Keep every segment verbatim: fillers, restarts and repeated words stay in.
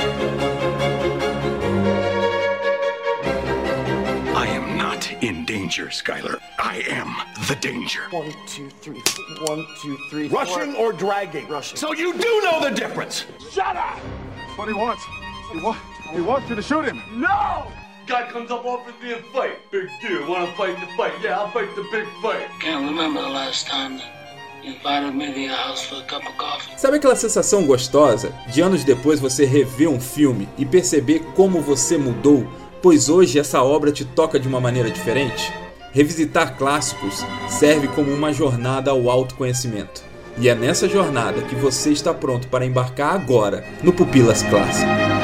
Skyler. I am the danger. One, two, three. One, two, three. Rushing four. or dragging? Rushing. So you do know the difference. Shut up! That's what he wants. He, wa- he wants you to shoot him. No! Guy comes up offers me a fight. Big deal. Want to fight the fight? Yeah, I'll fight the big fight. Can't remember the last time that you invited me to your house for a cup of coffee. Sabe aquela sensação gostosa de anos depois você rever um filme e perceber como você mudou, pois hoje essa obra te toca de uma maneira diferente? Revisitar clássicos serve como uma jornada ao autoconhecimento. E é nessa jornada que você está pronto para embarcar agora no Pupilas Clássico.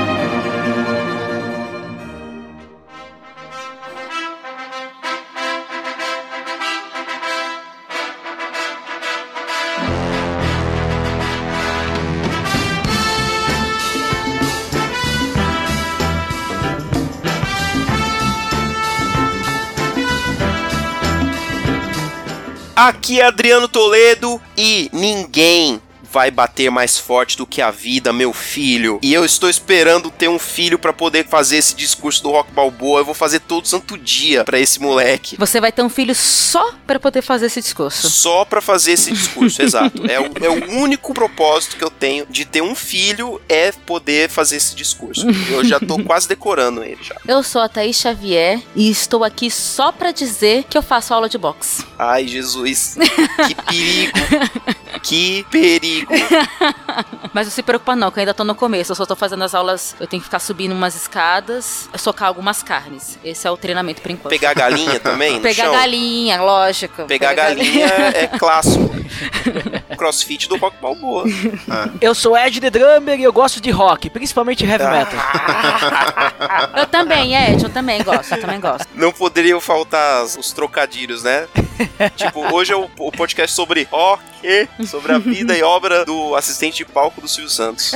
Aqui é Adriano Toledo e ninguém vai bater mais forte do que a vida, meu filho. E eu estou esperando ter um filho pra poder fazer esse discurso do Rock Balboa. Eu vou fazer todo santo dia pra esse moleque. Você vai ter um filho só pra poder fazer esse discurso? Só pra fazer esse discurso, exato. É o, é o único propósito que eu tenho de ter um filho, é poder fazer esse discurso. Eu já tô quase decorando ele já. Eu sou a Thaís Xavier e estou aqui só pra dizer que eu faço aula de boxe. Ai, Jesus. Que perigo. Que perigo. Mas não se preocupa não, que eu ainda tô no começo. Eu só tô fazendo as aulas, eu tenho que ficar subindo umas escadas, socar algumas carnes. Esse é o treinamento por enquanto. Pegar galinha também no Pegar chão? galinha, lógico. Pegar galinha é clássico. Crossfit do Rock Balboa. Ah. Eu sou Ed The Drummer e eu gosto de rock, principalmente heavy metal. Eu também, Ed, eu também gosto, eu também gosto. Não poderiam faltar os trocadilhos, né? Tipo, hoje é o, o podcast sobre rock, sobre a vida e obra do assistente de palco do Silvio Santos.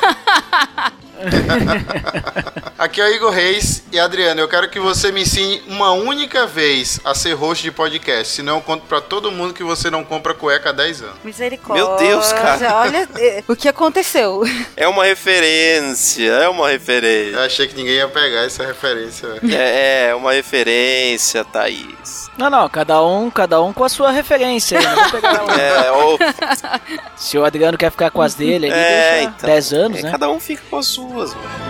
Aqui é o Igor Reis e Adriano, eu quero que você me ensine uma única vez a ser host de podcast, senão eu conto pra todo mundo que você não compra cueca há dez anos. Misericórdia. Meu Deus, cara. Olha o que aconteceu. É uma referência, é uma referência. Eu achei que ninguém ia pegar essa referência. É, é uma referência, Thaís. Não, não, cada um, cada um com a sua referência. Não vou pegar uma. É, ou... Se o Adriano quer ficar com as dele, ele é, deixa então, dez anos, é, né? Cada um fica com as suas, mano.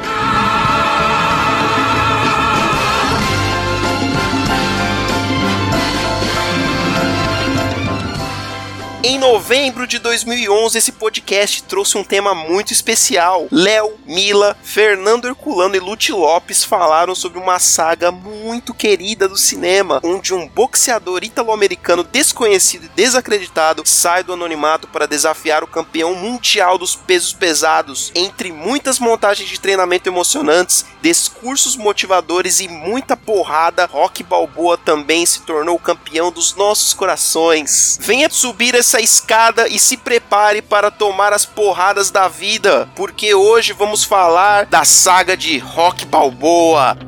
Em novembro de dois mil e onze, esse podcast trouxe um tema muito especial. Léo, Mila, Fernando Herculano e Lute Lopes falaram sobre uma saga muito querida do cinema, onde um boxeador italo-americano desconhecido e desacreditado sai do anonimato para desafiar o campeão mundial dos pesos pesados. Entre muitas montagens de treinamento emocionantes, discursos motivadores e muita porrada, Rock Balboa também se tornou o campeão dos nossos corações. Venha subir essa escada e se prepare para tomar as porradas da vida, porque hoje vamos falar da saga de Rock Balboa.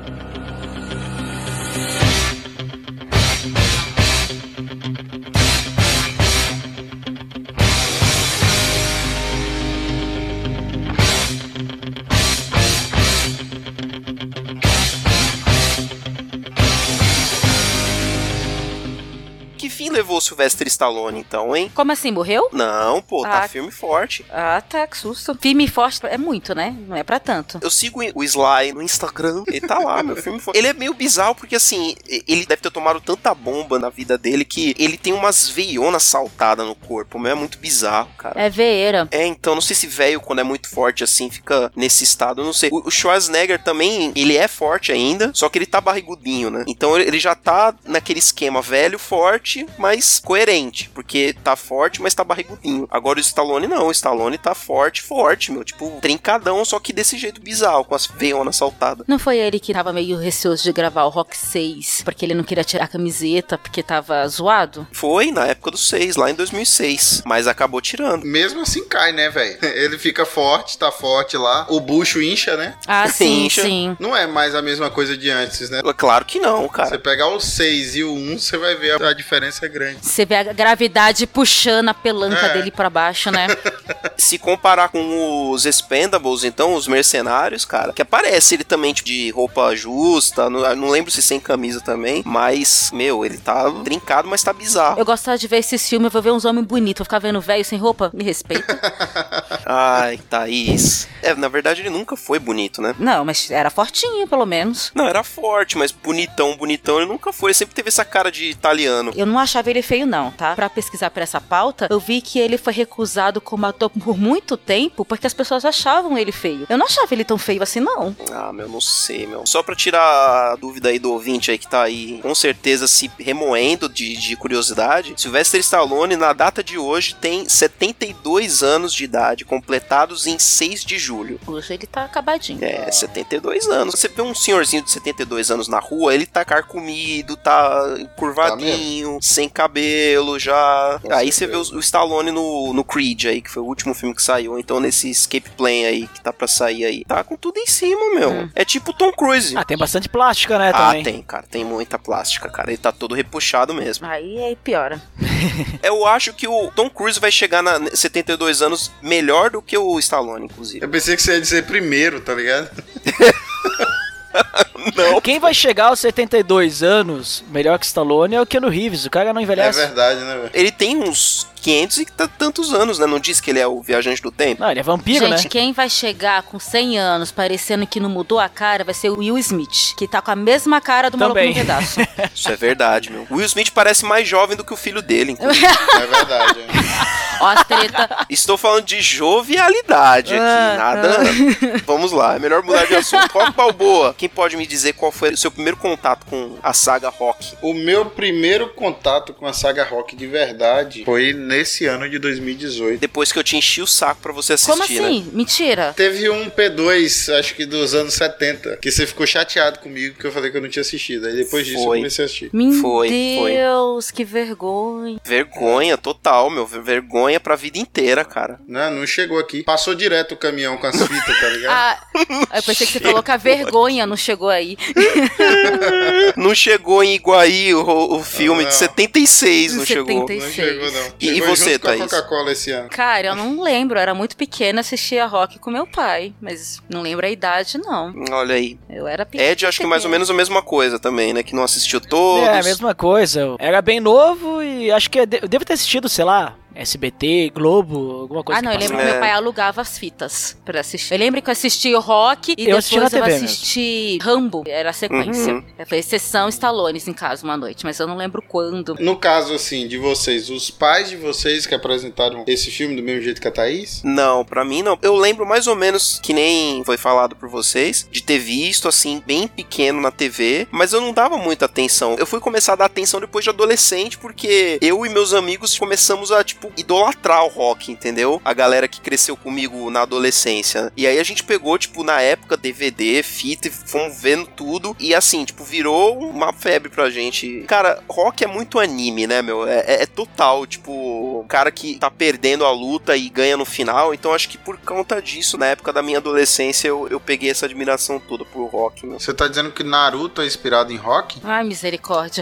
Que fim levou o Sylvester Stallone, então, hein? Como assim, morreu? Não, pô, tá Ah. firme e forte. Ah, tá, que susto. Filme forte é muito, né? Não é pra tanto. Eu sigo o Sly no Instagram, ele tá lá, meu filme forte. Ele é meio bizarro porque, assim, ele deve ter tomado tanta bomba na vida dele que ele tem umas veionas saltadas no corpo, meu, é muito bizarro, cara. É veeira. É, então, não sei se velho, quando é muito forte assim, fica nesse estado, eu não sei. O, o Schwarzenegger também, ele é forte ainda, só que ele tá barrigudinho, né? Então ele já tá naquele esquema velho, forte, mas coerente, porque tá forte, mas tá barrigudinho. Agora o Stallone não, o Stallone tá forte, forte, meu, tipo, trincadão, só que desse jeito bizarro, com as veionas saltadas. Não foi ele que tava meio receoso de gravar o Rock seis, porque ele não queria tirar a camiseta, porque tava zoado? Foi, na época do seis, lá em dois mil e seis, mas acabou tirando. Mesmo assim cai, né, velho? Ele fica forte, tá forte lá, o bucho incha, né? Ah, sim, Incha. sim. Não é mais a mesma coisa de antes, né? Claro que não, cara. Você pegar o seis e o um, você vai ver a, a diferença é grande. Você vê a gravidade puxando a pelanca É. dele pra baixo, né? Se comparar com os Expendables, então, os mercenários, cara, que aparece ele também tipo, de roupa justa, não, não lembro se sem camisa também, mas, meu, ele tá trincado, mas tá bizarro. Eu gostava de ver esses filmes, eu vou ver uns homens bonitos, vou ficar vendo velho sem roupa, me respeita. Ai, Thaís. É, na verdade ele nunca foi bonito, né? Não, mas era fortinho, pelo menos. Não, era forte, mas bonitão, bonitão ele nunca foi, ele sempre teve essa cara de italiano. Eu não achava ele feio não, tá? Pra pesquisar por essa pauta, eu vi que ele foi recusado como ator por muito tempo, porque as pessoas achavam ele feio. Eu não achava ele tão feio assim, não. Ah, meu, não sei, meu. Só pra tirar a dúvida aí do ouvinte aí que tá aí, com certeza se remoendo de, de curiosidade, Sylvester Stallone, na data de hoje, tem setenta e dois anos de idade, completados em seis de julho. Hoje ele tá acabadinho. É, setenta e dois anos. Você vê um senhorzinho de setenta e dois anos na rua, ele tá carcomido, tá curvadinho, tá sem cabelo já. Com aí certeza. Você vê o, o Stallone no, no Creed aí, que foi o último filme que saiu, então nesse Escape Plan aí, que tá pra sair aí. Tá com tudo em cima, meu. Hum. É tipo Tom Cruise. Ah, tem bastante plástica, né, ah, também. Ah, tem, cara. Tem muita plástica, cara. Ele tá todo repuxado mesmo. Aí aí piora. Eu acho que o Tom Cruise vai chegar na setenta e dois anos melhor do que o Stallone, inclusive. Eu pensei que você ia dizer primeiro, tá ligado? Não. Quem vai chegar aos setenta e dois anos melhor que Stallone é o Keanu Reeves. O cara não envelhece. É verdade, né, velho? Ele tem uns quinhentos e tantos anos, né? Não diz que ele é o viajante do tempo? Não, ele é vampiro, Gente, né? Gente, quem vai chegar com cem anos parecendo que não mudou a cara vai ser o Will Smith, que tá com a mesma cara do Maluco no Pedaço. Isso é verdade, meu. O Will Smith parece mais jovem do que o filho dele, inclusive. É verdade. Ó, as treta. Estou falando de jovialidade aqui, ah, nada... Ah. Vamos lá, é melhor mudar de assunto. Rock Balboa, quem pode me dizer qual foi o seu primeiro contato com a saga Rock? O meu primeiro contato com a saga Rock de verdade foi nesse ano de dois mil e dezoito. Depois que eu te enchi o saco pra você assistir, Como assim? Né? Mentira. Teve um P dois, acho que dos anos setenta, que você ficou chateado comigo porque eu falei que eu não tinha assistido. Aí depois disso foi. eu comecei a assistir. Meu foi, Deus, foi. que vergonha. Vergonha, total, meu. Vergonha pra vida inteira, cara. Não, não chegou aqui. Passou direto o caminhão com as fitas, tá ligado? Ah, eu pensei que você falou que a vergonha não chegou aí. Não chegou em Iguaí o, o filme não, de setenta e seis, não setenta chegou. e seis. Não chegou, não. E, chegou e você, junto Thaís? Com a Coca-Cola esse ano. Cara, eu não lembro, eu era muito pequena, assistia Rock com meu pai, mas não lembro a idade, não. Olha aí. Eu era pequena. Ed, acho que mais ou menos a mesma coisa também, né? Que não assistiu todos. É, a mesma coisa. Eu era bem novo e acho que eu devo ter assistido, sei lá, S B T, Globo, alguma coisa. Ah, não, que eu lembro é. que meu pai alugava as fitas pra assistir. Eu lembro que eu assisti o Rock e eu depois assisti na T V eu assisti mesmo. Rambo, era a sequência. Uhum. Foi exceção Stallone em casa uma noite, mas eu não lembro quando. No caso, assim, de vocês, os pais de vocês que apresentaram esse filme do mesmo jeito que a Thaís? Não, pra mim não. Eu lembro mais ou menos, que nem foi falado por vocês, de ter visto, assim, bem pequeno na T V, mas eu não dava muita atenção. Eu fui começar a dar atenção depois de adolescente, porque eu e meus amigos começamos a, tipo, idolatrar o rock, entendeu? A galera que cresceu comigo na adolescência. E aí a gente pegou, tipo, na época, D V D, fita, e fomos vendo tudo. E assim, tipo, virou uma febre pra gente. Cara, rock é muito anime, né, meu? É, é, é total, tipo, o cara que tá perdendo a luta e ganha no final. Então acho que por conta disso, na época da minha adolescência, eu, eu peguei essa admiração toda por rock, meu. Você tá dizendo que Naruto é inspirado em rock? Ai, misericórdia.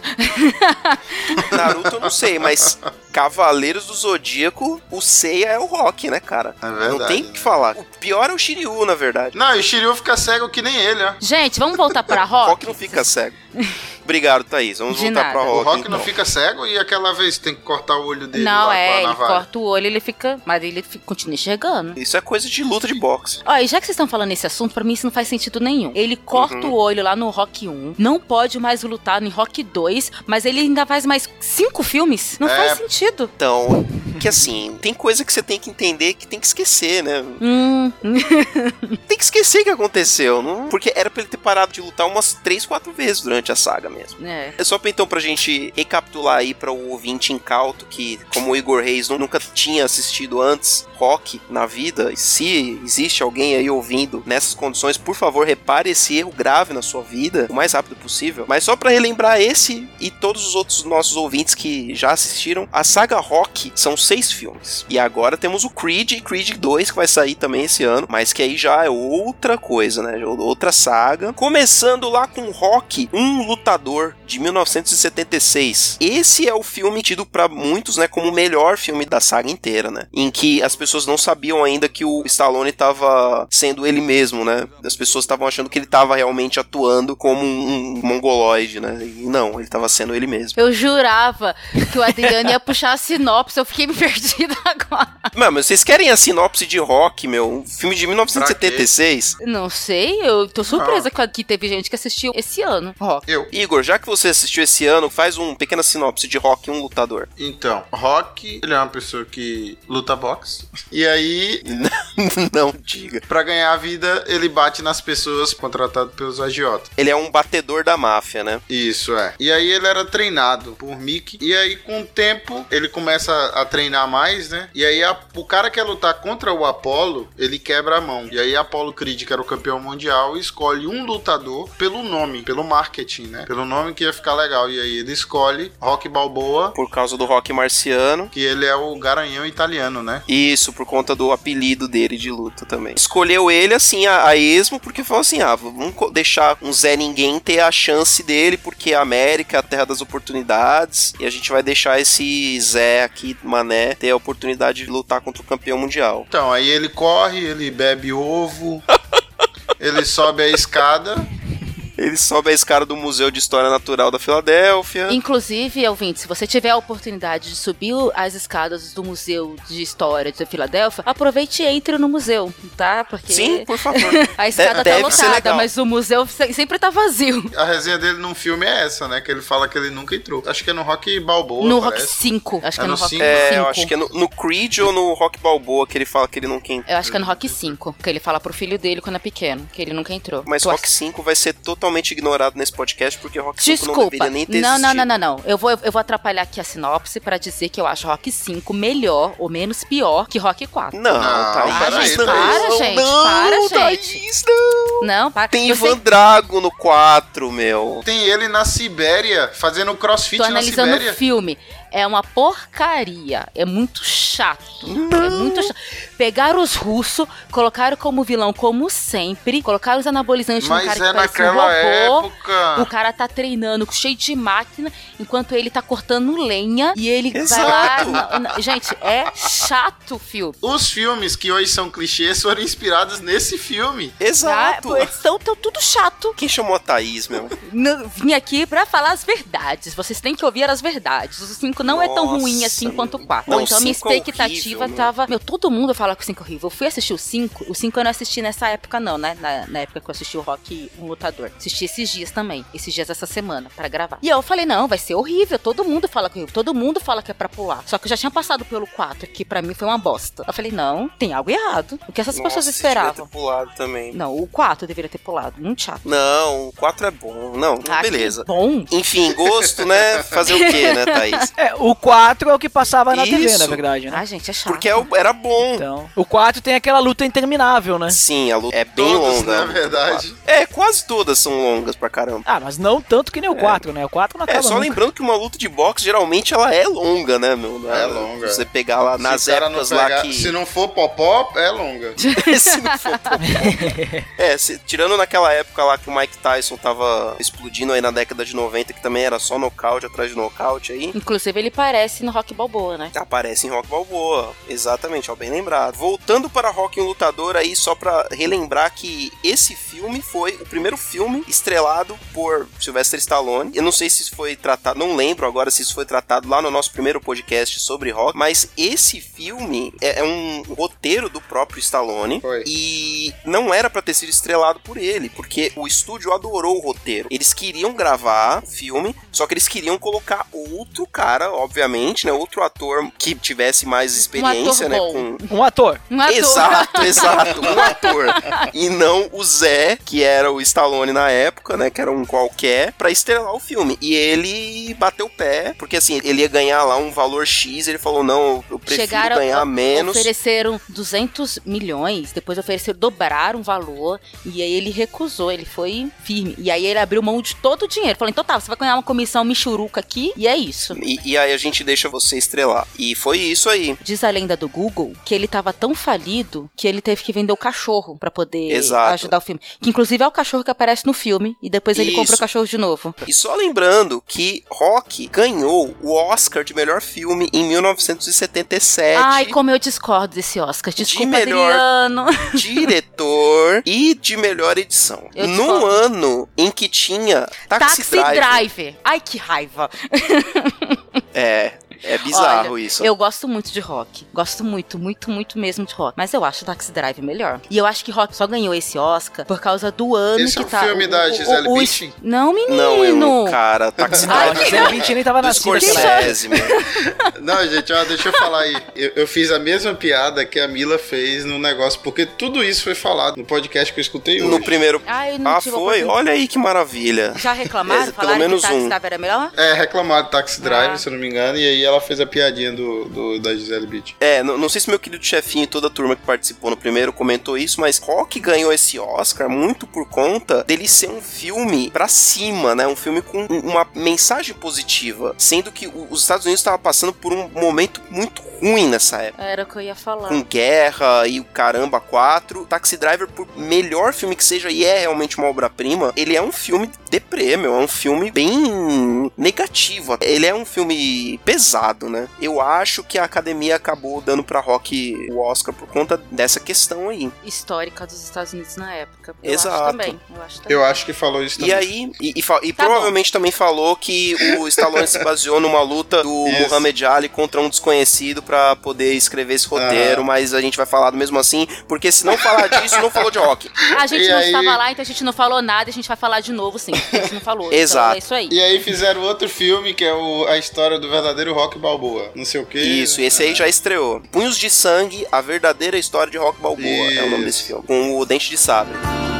Naruto eu não sei, mas Cavaleiros do Zodíaco, o Seiya é o rock, né, cara? É verdade. Não tem o que falar. O pior é o Shiryu, na verdade. Não, e o Shiryu fica cego que nem ele, ó. Gente, vamos voltar pra rock? Rock não fica cego. Obrigado, Thaís. Vamos De voltar nada. pra rock. O rock então. não fica cego e aquela vez tem que cortar o olho dele Não, lá é, com a ele navalha. corta o olho, ele fica... Mas ele fica, continua enxergando. Isso é coisa de luta de boxe. Ó, e já que vocês estão falando nesse assunto, pra mim isso não faz sentido nenhum. Ele corta Uhum. o olho lá no Rock um, não pode mais lutar no Rock dois, mas ele ainda faz mais cinco filmes? Não É. faz sentido. Então, que assim, tem coisa que você tem que entender que tem que esquecer, né? Hum. Tem que esquecer o que aconteceu, não? Porque era pra ele ter parado de lutar umas três, quatro vezes durante a saga mesmo. É. É só pra, então pra gente recapitular aí pra o ouvinte incauto que, como o Igor Reis nunca tinha assistido antes rock na vida, e se existe alguém aí ouvindo nessas condições, por favor, repare esse erro grave na sua vida o mais rápido possível. Mas só pra relembrar esse e todos os outros nossos ouvintes que já assistiram, a saga Rock são seis filmes. E agora temos o Creed e Creed dois, que vai sair também esse ano, mas que aí já é outra coisa, né? Outra saga. Começando lá com Rocky, um lutador, de mil novecentos e setenta e seis. Esse é o filme tido pra muitos, né, como o melhor filme da saga inteira, né? Em que as pessoas não sabiam ainda que o Stallone tava sendo ele mesmo, né? As pessoas estavam achando que ele tava realmente atuando como um, um mongoloide, né? E não, ele tava sendo ele mesmo. Eu jurava que o Adriano ia puxar a sinopse, eu fiquei me perdida agora. Mano, mas vocês querem a sinopse de Rock, meu? Um filme de mil novecentos e setenta e seis? Não sei, eu tô surpresa não. que teve gente que assistiu esse ano, Rock. Eu. Igor, já que você assistiu esse ano, faz uma pequena sinopse de Rock, um lutador. Então, Rock, ele é uma pessoa que luta boxe. E aí... Não diga. Pra ganhar a vida, ele bate nas pessoas contratado pelos agiotas. Ele é um batedor da máfia, né? Isso, é. E aí ele era treinado por Mickey. E aí, com o tempo, ele começa a treinar mais, né? E aí, a, o cara quer lutar contra o Apollo, ele quebra a mão. E aí, Apollo Creed, que era o campeão mundial, escolhe um lutador pelo nome, pelo marketing, né? Pelo nome que ia ficar legal. E aí, ele escolhe Rocky Balboa. Por causa do Rocky marciano. Que ele é o garanhão italiano, né? Isso, por conta do apelido dele de luta também. Escolheu ele, assim, a, a esmo, porque falou assim, ah, vamos deixar um Zé Ninguém ter a chance dele, porque a América é a terra das oportunidades, e a gente vai deixar esse Zé aqui, Mané, ter a oportunidade de lutar contra o campeão mundial. Então, aí ele corre, ele bebe ovo, ele sobe a escada... Ele sobe a escada do Museu de História Natural da Filadélfia. Inclusive, ouvinte, se você tiver a oportunidade de subir as escadas do Museu de História da Filadélfia, aproveite e entre no museu, tá? Porque sim, por favor. A escada Deve tá lotada, mas o museu sempre tá vazio. A resenha dele num filme é essa, né? Que ele fala que ele nunca entrou. Acho que é no Rocky Balboa, No parece. Rocky cinco. Acho é que é no, no Rocky cinco? É, eu acho que é no, no Creed ou no Rocky Balboa que ele fala que ele nunca entrou. Eu acho que é no Rocky cinco, que ele fala pro filho dele quando é pequeno, que ele nunca entrou. Mas Tô Rocky cinco vai ser totalmente ignorado nesse podcast, porque Rocky Desculpa. cinco não deveria nem ter não, existido. não, não, não, não. Eu vou, eu vou atrapalhar aqui a sinopse pra dizer que eu acho Rocky cinco melhor ou menos pior que Rocky quatro. Não, Não, Thaís, para aí, não. Para, gente, não, para, gente. Thaís, não. Não, para. Tem Eu Ivan sei- Drago no quatro, meu. Tem ele na Sibéria, fazendo crossfit Tô na analisando Sibéria. o filme. É uma porcaria. É muito chato. Não. É muito chato. Pegaram os russos, colocaram como vilão, como sempre. Colocaram os anabolizantes no Mas cara é que parece um naquela robô. época. O cara tá treinando cheio de máquina, enquanto ele tá cortando lenha. E ele Exato. vai lá... na- na- Gente, é chato o filme. Os filmes que hoje são clichês foram inspirados nesse filme. Exato. Tá? Estão tão tudo chato. Quem chamou a Thaís, meu? Não, vim aqui pra falar as verdades. Vocês têm que ouvir as verdades. O cinco não é tão Nossa, ruim assim meu. quanto o quatro. Não, Então a minha o cinco é expectativa horrível, tava... Meu, todo mundo fala que o cinco é horrível. Eu fui assistir o cinco. O cinco eu não assisti nessa época não, né? Na, na época que eu assisti o Rock, um lutador. Assisti esses dias também. Esses dias essa semana, pra gravar. E eu falei, não, vai ser horrível. Todo mundo fala que é horrível. Todo mundo fala que é pra pular. Só que eu já tinha passado pelo quatro, que pra mim foi uma bosta. Eu falei, não, tem algo errado. O que essas Nossa, pessoas você devia esperavam? ter pulado também. Não, o quatro deveria ter pulado. Muito chato. Não, o quatro é bom. Não, Ah, beleza. que bom. Enfim, gosto, né? Fazer o quê, né, Thaís? É, o quatro é o que passava na T V, Isso. na verdade, né? Ai, gente, é chato. Porque é o- era bom. Então, o quatro tem aquela luta interminável, né? Sim, a luta é bem Todos, longa. na a luta do verdade. quatro. É, quase todas são longas pra caramba. Ah, mas não tanto que nem o quatro, né? O quatro não acaba É, só nunca. lembrando que uma luta de boxe, geralmente, ela é longa, né, meu? É longa. Se você pegar lá nas se o cara não épocas lá pegar- que... Se não for popó, é longa. Se não for popó. É, se- tirando naquela época lá que o Mike Tyson tava explodindo aí na década de noventa, que também era só nocaute atrás de nocaute aí, Inclusive, ele parece no Rock Balboa, né? aparece em Rock Balboa. Exatamente, ó, bem lembrado. Voltando para Rock, um Lutador aí, só pra relembrar que esse filme foi o primeiro filme estrelado por Sylvester Stallone. Eu não sei se isso foi tratado, não lembro agora se isso foi tratado lá no nosso primeiro podcast sobre Rock, mas esse filme é, é um roteiro do próprio Stallone. Foi. E não era pra ter sido estrelado por ele, porque o estúdio adorou o roteiro. Eles queriam gravar o filme, só que eles queriam colocar outro cara, obviamente, né? Outro ator que tivesse mais experiência, ator né? bom. Com... Um ator ator. Um ator. Exato, exato, um ator. E não o Zé, que era o Stallone na época, né, que era um qualquer, pra estrelar o filme. E ele bateu o pé, porque assim, ele ia ganhar lá um valor X, ele falou, não, eu prefiro Chegaram, ganhar menos. Ofereceram duzentos milhões, depois ofereceram, dobraram o valor, e aí ele recusou, ele foi firme. E aí ele abriu mão de todo o dinheiro. Falou, então tá, você vai ganhar uma comissão michuruca aqui, e é isso. E, e aí a gente deixa você estrelar. E foi isso aí. Diz a lenda do Google que ele tava tão falido que ele teve que vender o cachorro pra poder Exato. ajudar o filme. Que inclusive é o cachorro que aparece no filme, e depois ele Isso. compra o cachorro de novo. E só lembrando que Rocky ganhou o Oscar de melhor filme em mil novecentos e setenta e sete. Ai, como eu discordo desse Oscar. Desculpa, de melhor Adriano. diretor e de melhor edição. Eu Num discordo. ano em que tinha Taxi, Taxi Driver. Driver. Ai, que raiva. É, é bizarro Olha, isso. Eu gosto muito de Rock. Gosto muito, muito, muito mesmo de Rock. Mas eu acho Taxi Drive melhor. E eu acho que Rock só ganhou esse Oscar por causa do ano Esse que é um tá... filme da Gisele Bündchen? Não, menino. Não, eu não, cara. Taxi Ai, Driver. que- Gisele Bündchen nem tava do nascida naquela Scorsese, meu. Não, gente, ó, deixa eu falar aí. Eu, eu fiz a mesma piada que a Mila fez no negócio, porque tudo isso foi falado no podcast que eu escutei hoje. No primeiro... Ah, eu não Ah, tive foi? oportunidade. Olha aí que maravilha. Já reclamaram? É, pelo Falaram menos que Taxi um. Drive era melhor? É, reclamaram do Taxi Driver, Ah. se eu não me engano, e aí ela fez a piadinha do, do- da Gisele Bündchen. É, não, não sei se meu querido chefinho e toda a turma que participou no primeiro comentou isso, mas Rock ganhou esse Oscar muito por conta dele ser um filme pra cima, né? Um filme com uma mensagem positiva, sendo que o- os Estados Unidos estavam passando por um momento muito ruim nessa época. Era o que eu ia falar. Com guerra e o caramba quatro. Taxi Driver, por melhor filme que seja, e é realmente uma obra-prima, ele é um filme deprê, meu. É um filme bem negativo. Ele é um filme pesado, né? Eu acho que a academia acabou dando pra Rock o Oscar por conta dessa questão aí. Histórica dos Estados Unidos na época. Eu Exato. acho também. Eu acho também. Eu acho que falou isso também. E aí, e, e fa- e Tá provavelmente também falou que o Stallone se baseou numa luta do Isso. Muhammad Ali contra um desconhecido pra poder escrever esse roteiro, Aham. mas a gente vai falar do mesmo assim, porque se não falar disso, não falou de Rock. A gente E não aí- estava lá, então a gente não falou nada, a gente vai falar de novo, sim. A gente não falou. Exato. Então é isso aí. E aí fizeram outro filme que é o- a história do verdadeiro Rock Balboa. Não sei o que. Isso, esse aí já estreou. Punhos de Sangue, a verdadeira história de Rock Balboa é o nome Isso. desse filme. Com o Dente de Sabre.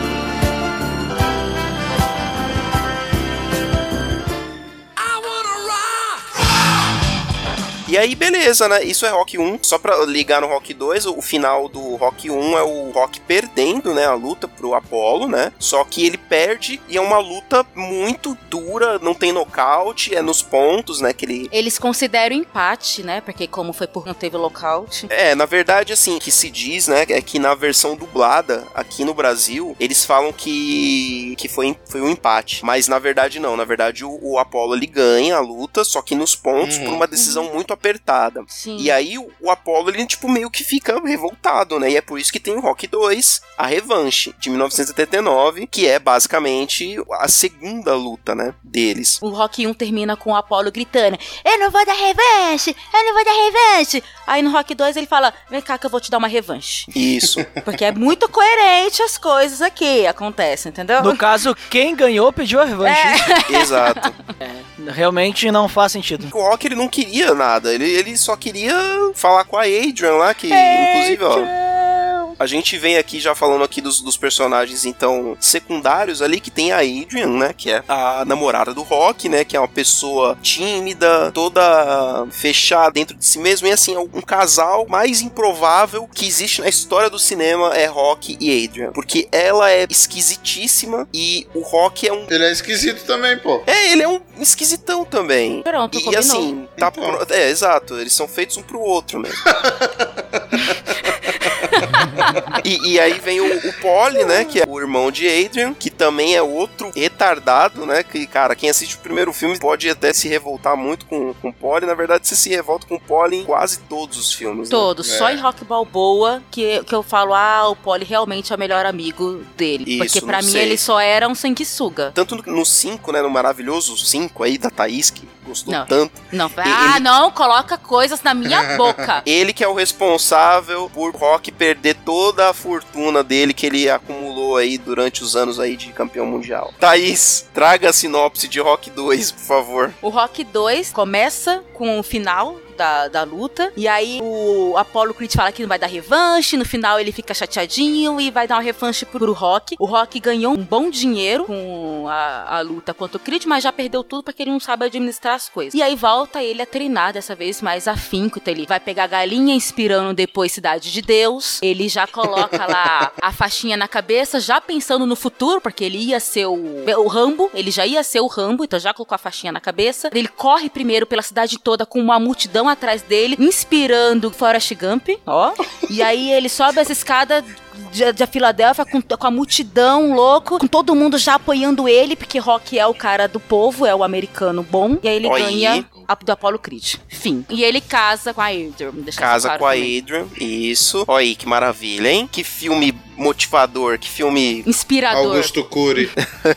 E aí, beleza, né? Isso é Rock um. Só pra ligar no Rock dois, o final do Rock um é o Rock perdendo, né? A luta pro Apollo, né? Só que ele perde e é uma luta muito dura, não tem nocaute, é nos pontos, né? Que ele... Eles consideram empate, né? Porque como foi por não teve lockout. É, na verdade, assim, que se diz, né, é que na versão dublada, aqui no Brasil, eles falam que, que foi, foi um empate. Mas na verdade não, na verdade o, o Apollo, ele ganha a luta, só que nos pontos, Uhum. por uma decisão muito apertada. Sim. E aí o, o Apollo, ele tipo meio que fica revoltado, né, e é por isso que tem o Rock dois, a revanche, de mil novecentos e setenta e nove, que é basicamente a segunda luta, né, deles. O Rock um termina com o Apollo gritando: eu não vou dar revanche, eu não vou dar revanche. Aí no Rock dois ele fala: vem cá que eu vou te dar uma revanche. Isso. Porque é muito coerente as coisas aqui, acontecem, entendeu? No caso, quem ganhou pediu a revanche. Exato. Realmente não faz sentido. O Rock, ele não queria nada, ele, ele só queria falar com a Adrian lá, que inclusive, ó, a gente vem aqui já falando aqui dos, dos personagens, então, secundários ali, que tem a Adrian, né, que é a namorada do Rock, né, que é uma pessoa tímida, toda fechada dentro de si mesmo, e assim, um casal mais improvável que existe na história do cinema é Rock e Adrian, porque ela é esquisitíssima e o Rock é um... Ele é esquisito também, pô. É, ele é um esquisitão também. Pronto, E combinou. assim, tá Então. pro... É, exato, eles são feitos um pro outro mesmo. e, e aí vem o, o Polly, né, que é o irmão de Adrian, que também é outro retardado, né, que, cara, quem assiste o primeiro filme pode até se revoltar muito com, com o Polly, na verdade você se revolta com o Polly em quase todos os filmes, né? Todos, É. só em Rock Balboa que, que eu falo, ah, o Polly realmente é o melhor amigo dele. Isso, Porque pra não mim sei. ele só era um sanguessuga. Tanto no cinco, né, no maravilhoso cinco aí da Thaís, que gostou Não. tanto. Não, ah, ele- não, coloca coisas na minha boca. Ele que é o responsável por Rock perder toda a fortuna dele que ele acumulou aí durante os anos aí de campeão mundial. Thaís, traga a sinopse de Rock dois, por favor. O Rock dois começa com o final da, da luta. E aí o Apollo Creed fala que não vai dar revanche. No final ele fica chateadinho e vai dar uma revanche pro Rock. O Rock ganhou um bom dinheiro com a, a luta contra o Creed, mas já perdeu tudo porque ele não sabe administrar as coisas. E aí volta ele a treinar, dessa vez mais afinco. Então ele vai pegar a galinha, inspirando depois Cidade de Deus. Ele já coloca lá a faixinha na cabeça, já pensando no futuro, porque ele ia ser o, o Rambo. Ele já ia ser o Rambo, então já colocou a faixinha na cabeça. Ele corre primeiro pela cidade toda com uma multidão atrás dele, inspirando Forrest Gump, ó. E aí ele sobe as escadas de, de Filadélfia com, com a multidão louco, com todo mundo já apoiando ele, porque Rock é o cara do povo, é o americano bom. E aí ele Oi. ganha a, do Apollo Creed. Fim. E ele casa com a Adrian. Casa claro com a também. Adrian, isso. Olha aí, que maravilha, hein? Que filme motivador, que filme... Inspirador. Augusto Cury.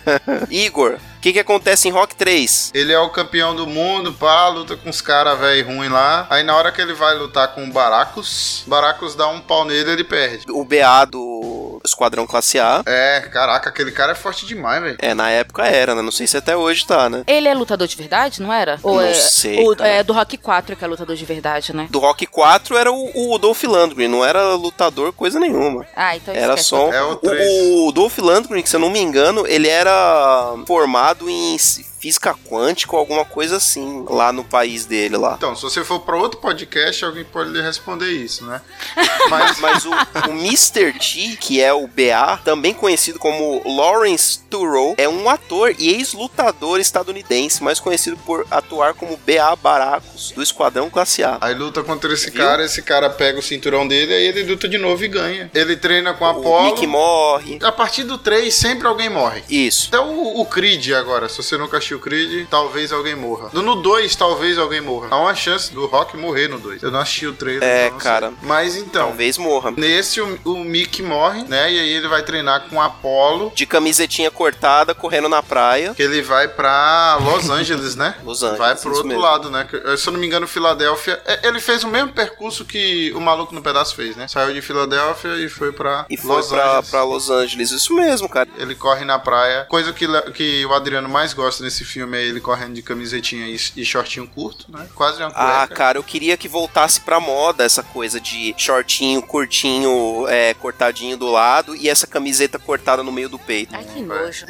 Igor, o que que acontece em Rock três? Ele é o campeão do mundo, pá, luta com os caras velho ruim lá. Aí na hora que ele vai lutar com o Baracus, Baracus dá um pau nele e ele perde. O B A do Esquadrão Classe A. É, caraca, aquele cara é forte demais, velho. É, na época era, né? Não sei se até hoje tá, né? Ele é lutador de verdade, não era? Ou Não é, sei, ou, cara. é do Rock quatro que é lutador de verdade, né? Do Rock quatro era o, o Dolph Lundgren, não era lutador coisa nenhuma. Ah, então Era esquece. só... É o o, três. o Dolph Lundgren, que se eu não me engano, ele era formado em física quântica ou alguma coisa assim, lá no país dele lá. Então, se você for pra outro podcast, alguém pode lhe responder isso, né? Mas, mas o, o mister T, que é o B A, também conhecido como Lawrence Turrow, é um ator e ex-lutador estadunidense, mais conhecido por atuar como B A Baracus, do Esquadrão Classe A. Aí luta contra esse Viu? cara, esse cara pega o cinturão dele, aí ele luta de novo e ganha. Ele treina com a O Apollo. Mickey morre. A partir do três, sempre alguém morre. Isso. Até o, o Creed agora, se você nunca assistiu o Creed, talvez alguém morra. No dois, talvez alguém morra. Há uma chance do Rock morrer no dois. Eu não assisti o trailer. É, então não cara. sei. Mas então, Talvez morra. nesse o, o Mickey morre, né? E aí ele vai treinar com a Apollo, De camisetinha cortada, correndo na praia. que ele vai pra Los Angeles, né? Los Angeles, Vai pro isso outro mesmo. lado, né? Que, se eu não me engano, Filadélfia. é, Ele fez o mesmo percurso que o Maluco no Pedaço fez, né? Saiu de Filadélfia e foi pra E foi Los pra, Angeles. pra Los Angeles. Isso mesmo, cara. Ele corre na praia. Coisa que, le- que o Adriano mais gosta nesse filme é ele correndo de camisetinha e, e shortinho curto, né? Quase uma cueca. Ah, cara, eu queria que voltasse pra moda essa coisa de shortinho, curtinho, é, cortadinho do lado e essa camiseta cortada no meio do peito. Ai, que nojo.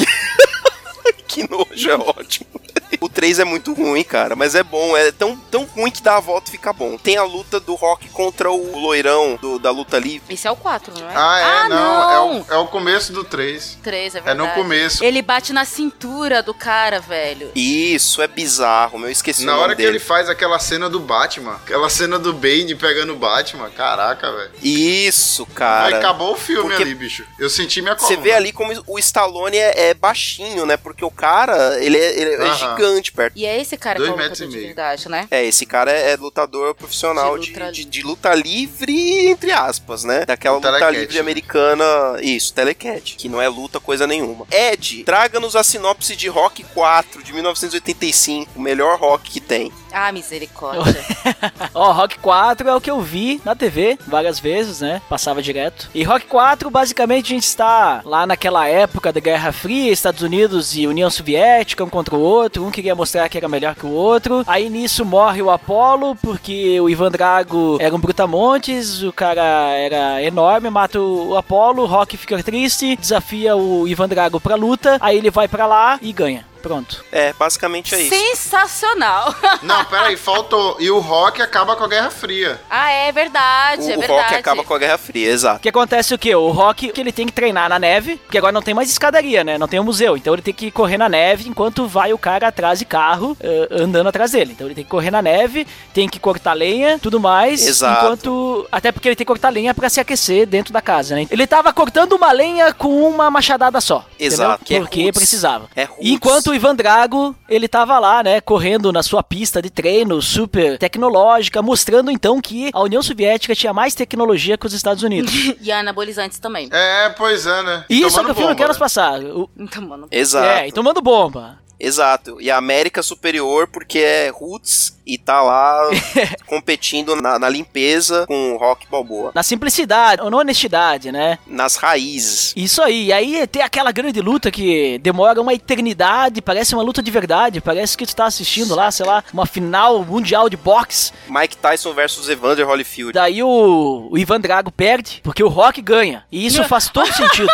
Que nojo, é ótimo. O três é muito ruim, cara, mas é bom. É tão, tão ruim que dá a volta e fica bom. Tem a luta do Rock contra o loirão do- da luta livre. Esse é o quatro, não é? Ah, é, ah, não. não. É, o, é o começo do três. três, é É verdade. no começo. Ele bate na cintura do cara, velho. Isso, é bizarro, meu. Eu esqueci Na o nome hora que dele. ele faz aquela cena do Batman, aquela cena do Bane pegando o Batman, caraca, velho. Isso, Aí cara. acabou o filme Porque ali, bicho. Eu senti minha Você coluna. vê ali como o Stallone é, é baixinho, né? Porque o cara, ele é, ele é Aham. gigante perto. E é esse cara que Dois é o metros lutador e de meio. verdade, né? É, esse cara é, é lutador profissional De de, luta- de, de luta livre, entre aspas, né? Daquela O luta telecat, livre né? americana. Isso, telecat. Que não é luta coisa nenhuma. Ed, traga-nos a sinopse de Rock quatro, de mil novecentos e oitenta e cinco. O melhor rock que tem. Ah, misericórdia. Ó, Rock quatro é o que eu vi na T V várias vezes, né? Passava direto. E Rock quatro, basicamente, a gente está lá naquela época da Guerra Fria, Estados Unidos e União Soviética, um contra o outro. Um queria mostrar que era melhor que o outro. Aí nisso morre o Apollo, porque o Ivan Drago era um brutamontes, o cara era enorme, mata o Apollo, o Rock fica triste, desafia o Ivan Drago pra luta, aí ele vai pra lá e ganha. Pronto. É, basicamente é isso. Sensacional. Não, peraí, faltou. E o Rock acaba com a Guerra Fria. Ah, é verdade, O, é o verdade. Rock acaba com a Guerra Fria, O exato. que acontece o quê? O Rock, que ele tem que treinar na neve, porque agora não tem mais escadaria, né? Não tem um museu. Então ele tem que correr na neve enquanto vai o cara atrás de carro, uh, andando atrás dele. Então ele tem que correr na neve, tem que cortar lenha, tudo mais. Exato. Enquanto... Até porque ele tem que cortar lenha pra se aquecer dentro da casa, né? Ele tava cortando uma lenha com uma machadada só. Exato, que é Entendeu? Porque roots. precisava. É roots. Enquanto o Ivan Drago, ele tava lá, né? Correndo na sua pista de treino super tecnológica, mostrando então que a União Soviética tinha mais tecnologia que os Estados Unidos. E anabolizantes também. É, pois é, né? Isso é o que Tomando o filme bomba, quer nos né? passar. O- Então, mano. Exato. É, e tomando bomba. Exato. E a América superior porque é roots e tá lá competindo na, na limpeza com o Rock Balboa. Na simplicidade, ou na honestidade, né? Nas raízes. Isso aí. E aí tem aquela grande luta que demora uma eternidade, parece uma luta de verdade, parece que tu tá assistindo lá, sei lá, uma final mundial de boxe. Mike Tyson versus Evander Holyfield. Daí o, o Ivan Drago perde, porque o Rock ganha. E isso faz todo sentido.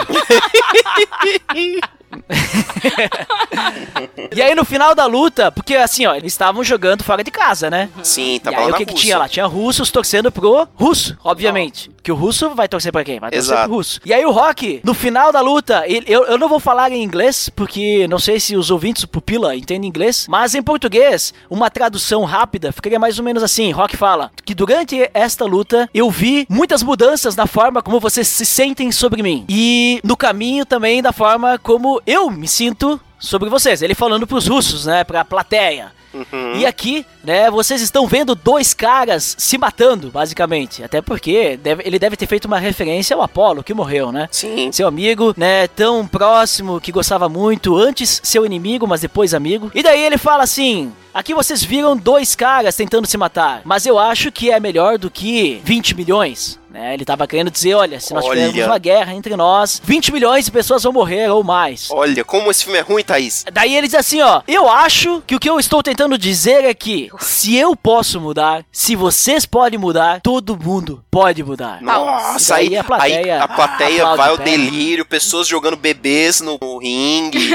E aí no final da luta, porque assim, ó, eles estavam jogando fora de casa, né? Sim, tava e aí lá o na que, que Rússia. tinha lá? Tinha russos torcendo pro russo, obviamente. Porque o russo vai torcer pra quem? Vai torcer Exato. pro russo. E aí o Rock, no final da luta, ele, eu, eu não vou falar em inglês, porque não sei se os ouvintes, o Pupila, entendem inglês, mas em português, uma tradução rápida ficaria mais ou menos assim. Rock fala que durante esta luta eu vi muitas mudanças na forma como vocês se sentem sobre mim. E no caminho também da forma como eu me sinto sobre vocês. Ele falando pros russos, né, pra plateia. Uhum. E aqui, né, vocês estão vendo dois caras se matando, basicamente. Até porque deve, ele deve ter feito uma referência ao Apollo, que morreu, né? Sim. Seu amigo, né, tão próximo, que gostava muito, antes seu inimigo, mas depois amigo. E daí ele fala assim... Aqui vocês viram dois caras tentando se matar, mas eu acho que é melhor do que vinte milhões. Né? Ele tava querendo dizer, olha, se nós Olha. tivermos uma guerra entre nós, vinte milhões de pessoas vão morrer ou mais. Olha, como esse filme é ruim, Thaís. Daí ele diz assim, ó, eu acho que o que eu estou tentando dizer é que se eu posso mudar, se vocês podem mudar, todo mundo pode mudar. Nossa, Daí aí a plateia, aí a plateia aplaude vai ao pé. delírio, pessoas jogando bebês no, no ringue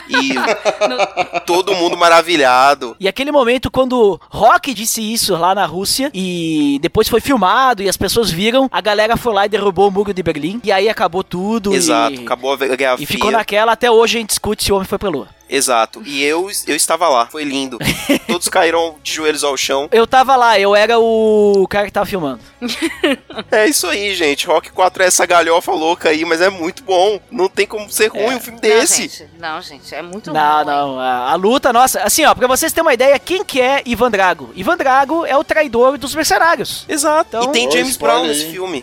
e todo mundo maravilhado. E aquele momento quando Rock disse isso lá na Rússia e depois foi filmado e as pessoas viram, a galera foi lá e derrubou o muro de Berlim e aí acabou tudo. Exato, e... acabou a Guerra Fria. E ficou naquela, até hoje a gente discute se o homem foi pra lua. Exato, e eu, eu estava lá, foi lindo. Todos caíram de joelhos ao chão. Eu tava lá, eu era o cara que tava filmando. É isso aí, gente. Rock quatro é essa galhofa louca aí, mas é muito bom. Não tem como ser ruim É. um filme desse. Não, gente, não, gente, é muito Não, ruim. não, a, a luta, nossa, assim, ó, pra vocês terem uma ideia, quem que é Ivan Drago? Ivan Drago é o traidor dos mercenários. Exato, Então- e tem Ô, James spoiler Brown nesse aí. filme.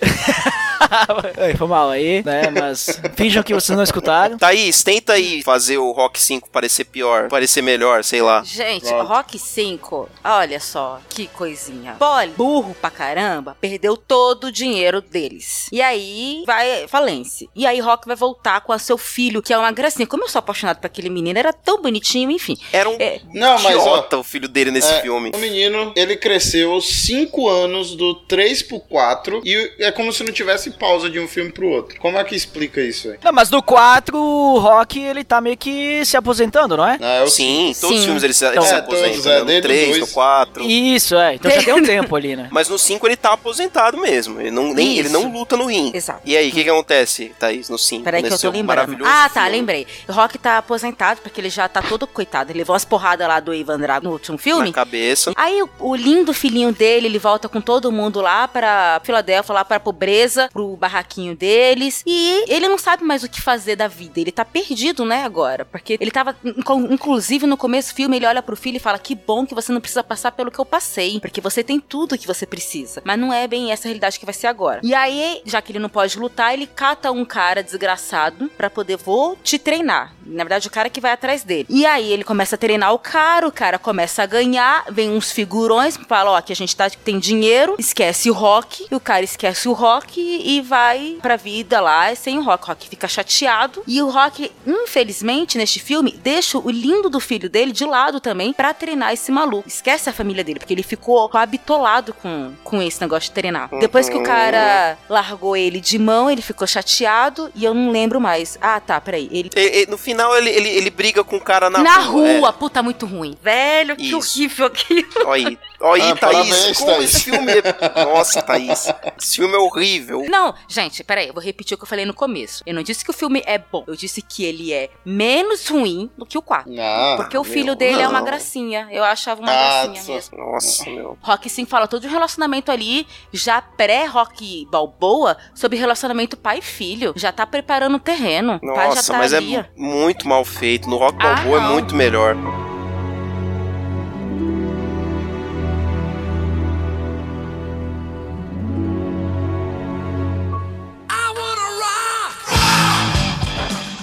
Ei, foi mal aí, né, mas finjam que vocês não escutaram. Thaís, tenta aí fazer o Rock cinco parecer pior, parecer melhor, sei lá. Gente, Pronto. Rock cinco, olha só, que coisinha. Poli, burro pra caramba, perdeu todo o dinheiro deles. E aí, vai falência. E aí, Rock vai voltar com a seu filho, que é uma gracinha. Como eu sou apaixonado por aquele menino, era tão bonitinho, enfim. Era um É, Não, mas, idiota ó, o filho dele nesse É, filme. O menino, ele cresceu cinco anos do três pro quatro e é como se não tivesse pausa de um filme pro outro. Como é que explica isso aí? Não, mas no quatro, o Rock, ele tá meio que se aposentando, não é? Ah, é o Sim, todos os Sim. filmes ele se, ele Então, se é, aposentam. todos, né? é, No desde o três, no dois. quatro. Isso, é, então já tem um tempo ali, né? Mas no cinco ele tá aposentado mesmo. Ele não, nem, ele Isso. não luta no ringue. Exato. E aí, o que que acontece, Thaís, no cinco? Peraí que eu nesse tô lembrando. maravilhoso Ah, tá, filme? lembrei. O Rock tá aposentado porque ele já tá todo coitado. Ele levou umas porradas lá do Ivan Drago no último filme. Na cabeça. Aí o, o lindo filhinho dele, ele volta com todo mundo lá pra Filadélfia, lá pra pobreza, pro barraquinho deles. E ele não sabe mais o que fazer da vida. Ele tá perdido, né, agora. Porque ele tava, inc- inclusive no começo do filme, ele olha pro filho e fala: que bom que você não precisa passar pelo que eu passei. Porque você tem tudo que você precisa. Mas não é bem essa a realidade que vai ser agora. E aí, já que ele não pode lutar, ele cata um cara desgraçado pra poder, vou te treinar. Na verdade, o cara que vai atrás dele. E aí ele começa a treinar o cara, o cara começa a ganhar, vem uns figurões, fala, ó, que a gente tá, tem dinheiro, esquece o Rock, e o cara esquece o Rock e vai pra vida lá sem o Rock. O Rock fica chateado, e o Rock, infelizmente, neste filme, deixa o lindo do filho dele de lado também pra treinar esse maluco. Esquece a família dele, porque ele ficou habitolado com, com esse negócio de treinar. Depois que o cara largou ele de mão, ele ficou chateado, e eu não lembro mais. Ah, tá, peraí. Ele E- e no final ele, ele, ele briga com o cara na, Na rua. rua, puta, muito ruim. Velho, que Isso. horrível aquilo. É. Olha aí, olha aí, Ah, Thaís. parabéns, Como Thaís. esse filme é... Nossa, Thaís. Esse filme é horrível. Não, gente, peraí, eu vou repetir o que eu falei no começo. Eu não disse que o filme é bom, eu disse que ele é menos ruim do que o quatro. Não. Porque o filho meu, dele é uma não. gracinha. Eu achava uma Ah, gracinha só- mesmo. Nossa, meu. Rock sim fala todo um relacionamento ali, já pré-Rock Balboa, sobre relacionamento pai e filho. Já tá preparando o terreno. O pai já Nossa, tá mas ali. é mu- muito mal feito. No Rock Ah, Balboa é não. muito melhor.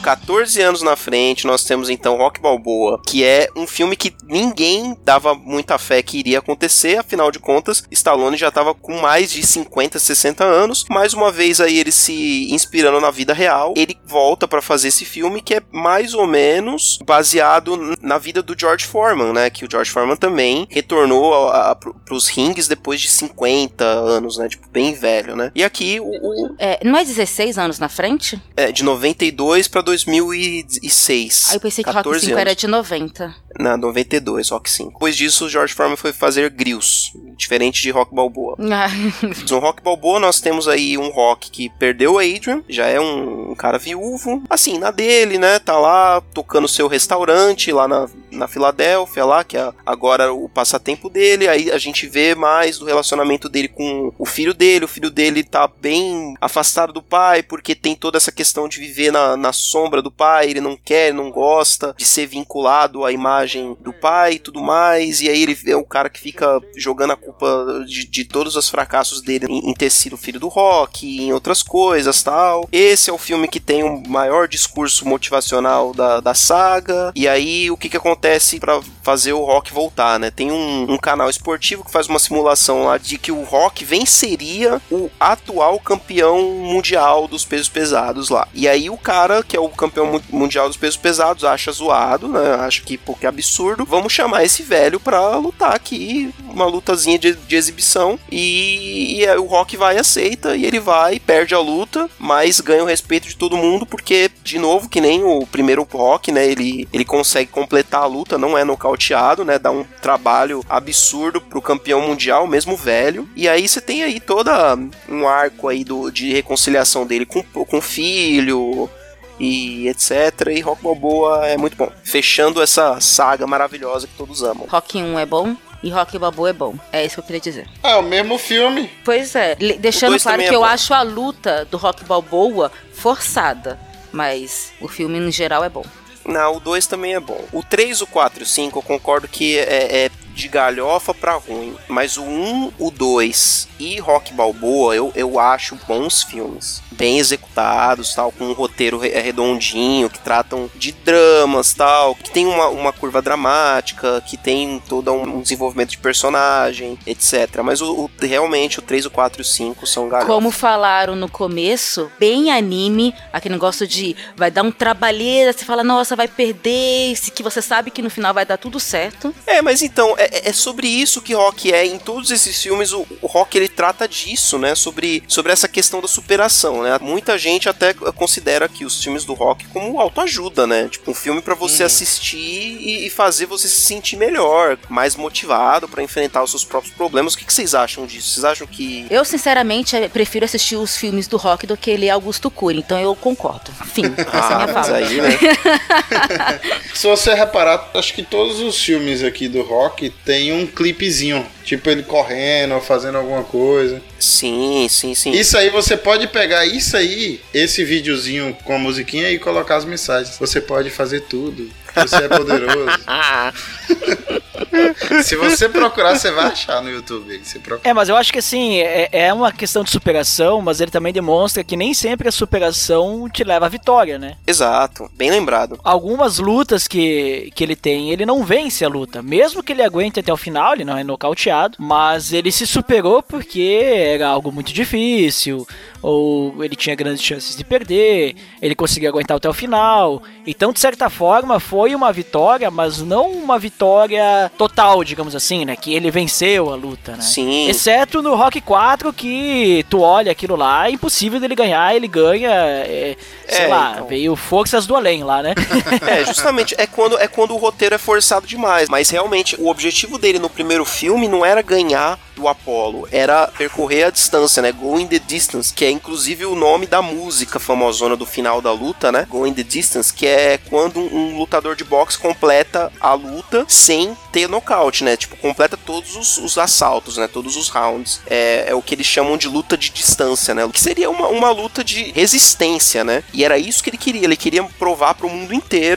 quatorze anos na frente, nós temos então Rocky Balboa, que é um filme que ninguém dava muita fé que iria acontecer, afinal de contas, Stallone já estava com mais de cinquenta, sessenta anos. Mais uma vez aí ele se inspirando na vida real, ele volta pra fazer esse filme que é mais ou menos baseado na vida do George Foreman, né? Que o George Foreman também retornou a, a, pros rings depois de cinquenta anos, né? Tipo, bem velho, né? E aqui o... o... É, não é dezesseis anos na frente? É, de noventa e dois pra dois mil e seis. Aí eu pensei que Rock cinco era de noventa. Na noventa e dois, Rock cinco. Depois disso, o George Foreman foi fazer Grills, diferente de Rock Balboa. No Rock Balboa, nós temos aí um Rock que perdeu a Adrian, já é um, um cara viúvo, assim, na dele, né, tá lá tocando seu restaurante lá na, na Filadélfia, lá, que é agora o passatempo dele. Aí a gente vê mais do relacionamento dele com o filho dele, o filho dele tá bem afastado do pai, porque tem toda essa questão de viver na, na sombra do pai, ele não quer, não gosta de ser vinculado à imagem do pai e tudo mais, e aí ele é o cara que fica jogando a culpa de, de todos os fracassos dele em, em ter sido filho do Rock, em outras coisas, tal. Esse é o filme que tem o maior discurso motivacional da, da saga, e aí o que que acontece pra fazer o Rock voltar, né? Tem um, um canal esportivo que faz uma simulação lá de que o Rock venceria o atual campeão mundial dos pesos pesados lá. E aí o cara, que é o campeão mundial dos pesos pesados, acha zoado, né? Acha que, pô, que absurdo, vamos chamar esse velho pra lutar aqui, uma lutazinha de, de exibição, e, e aí o Rock vai e aceita, e ele vai, perde a luta, mas ganha o respeito de todo mundo, porque, de novo, que nem o primeiro Rock, né, ele, ele consegue completar a luta, não é nocauteado, né, dá um trabalho absurdo pro campeão mundial, mesmo velho, e aí você tem aí toda um arco aí do, de reconciliação dele com, com o filho, e etcétera. E Rock Balboa é muito bom. Fechando essa saga maravilhosa que todos amam. Rock um é bom e Rock Balboa é bom. É isso que eu queria dizer. É o mesmo filme. Pois é. Deixando claro que é eu bom. acho a luta do Rock Balboa forçada. Mas o filme, no geral, é bom. Não, o dois também é bom. O três, o quatro e o cinco, eu concordo que é, é de galhofa pra ruim. Mas o um, o dois e Rock Balboa, eu, eu acho bons filmes. Bem executados, tal, com um roteiro redondinho, que tratam de dramas, tal, que tem uma, uma curva dramática, que tem todo um desenvolvimento de personagem, etcétera. Mas o, o, realmente o três, o quatro e o cinco são galhofa. Como falaram no começo, bem anime, aquele negócio de vai dar um trabalheira, você fala, nossa, vai perder, que você sabe que no final vai dar tudo certo. É, mas então, é, é sobre isso que Rock é. Em todos esses filmes, o, o Rock, ele trata disso, né? Sobre, sobre essa questão da superação, né? Muita gente até considera aqui os filmes do Rock como autoajuda, né? Tipo, um filme pra você uhum. assistir e, e fazer você se sentir melhor, mais motivado pra enfrentar os seus próprios problemas. O que, que vocês acham disso? Vocês acham que... Eu, sinceramente, prefiro assistir os filmes do Rock do que ler Augusto Cury, então eu concordo. Fim, essa ah, é a minha fala. Aí, né? Se você reparar, acho que todos os filmes aqui do Rock tem um clipezinho, tipo ele correndo ou fazendo alguma coisa. Sim, sim, sim. Isso aí, você pode pegar isso aí, esse videozinho com a musiquinha e colocar as mensagens. Você pode fazer tudo. Você é poderoso. Se você procurar, você vai achar no YouTube. Você procura. É, mas eu acho que assim, é, é uma questão de superação, mas ele também demonstra que nem sempre a superação te leva à vitória, né? Exato, bem lembrado. Algumas lutas que, que ele tem, ele não vence a luta. Mesmo que ele aguente até o final, ele não é nocauteado, mas ele se superou porque era algo muito difícil, ou ele tinha grandes chances de perder, ele conseguiu aguentar até o final. Então, de certa forma, foi uma vitória, mas não uma vitória total, digamos assim, né? Que ele venceu a luta, né? Sim. Exceto no Rock quatro, que tu olha aquilo lá, é impossível dele ganhar, ele ganha, é, sei é, lá, então... veio forças do além lá, né? É, justamente, é quando, é quando o roteiro é forçado demais, mas realmente, o objetivo dele no primeiro filme não era ganhar do Apollo, era percorrer a distância, né? Going the Distance, que é inclusive o nome da música famosona do final da luta, né? Going the Distance, que é quando um, um lutador de boxe completa a luta sem ter nocaute, né? Tipo, completa todos os, os assaltos, né? Todos os rounds. É, é o que eles chamam de luta de distância, né? Que seria uma, uma luta de resistência, né? E era isso que ele queria. Ele queria provar pro mundo inteiro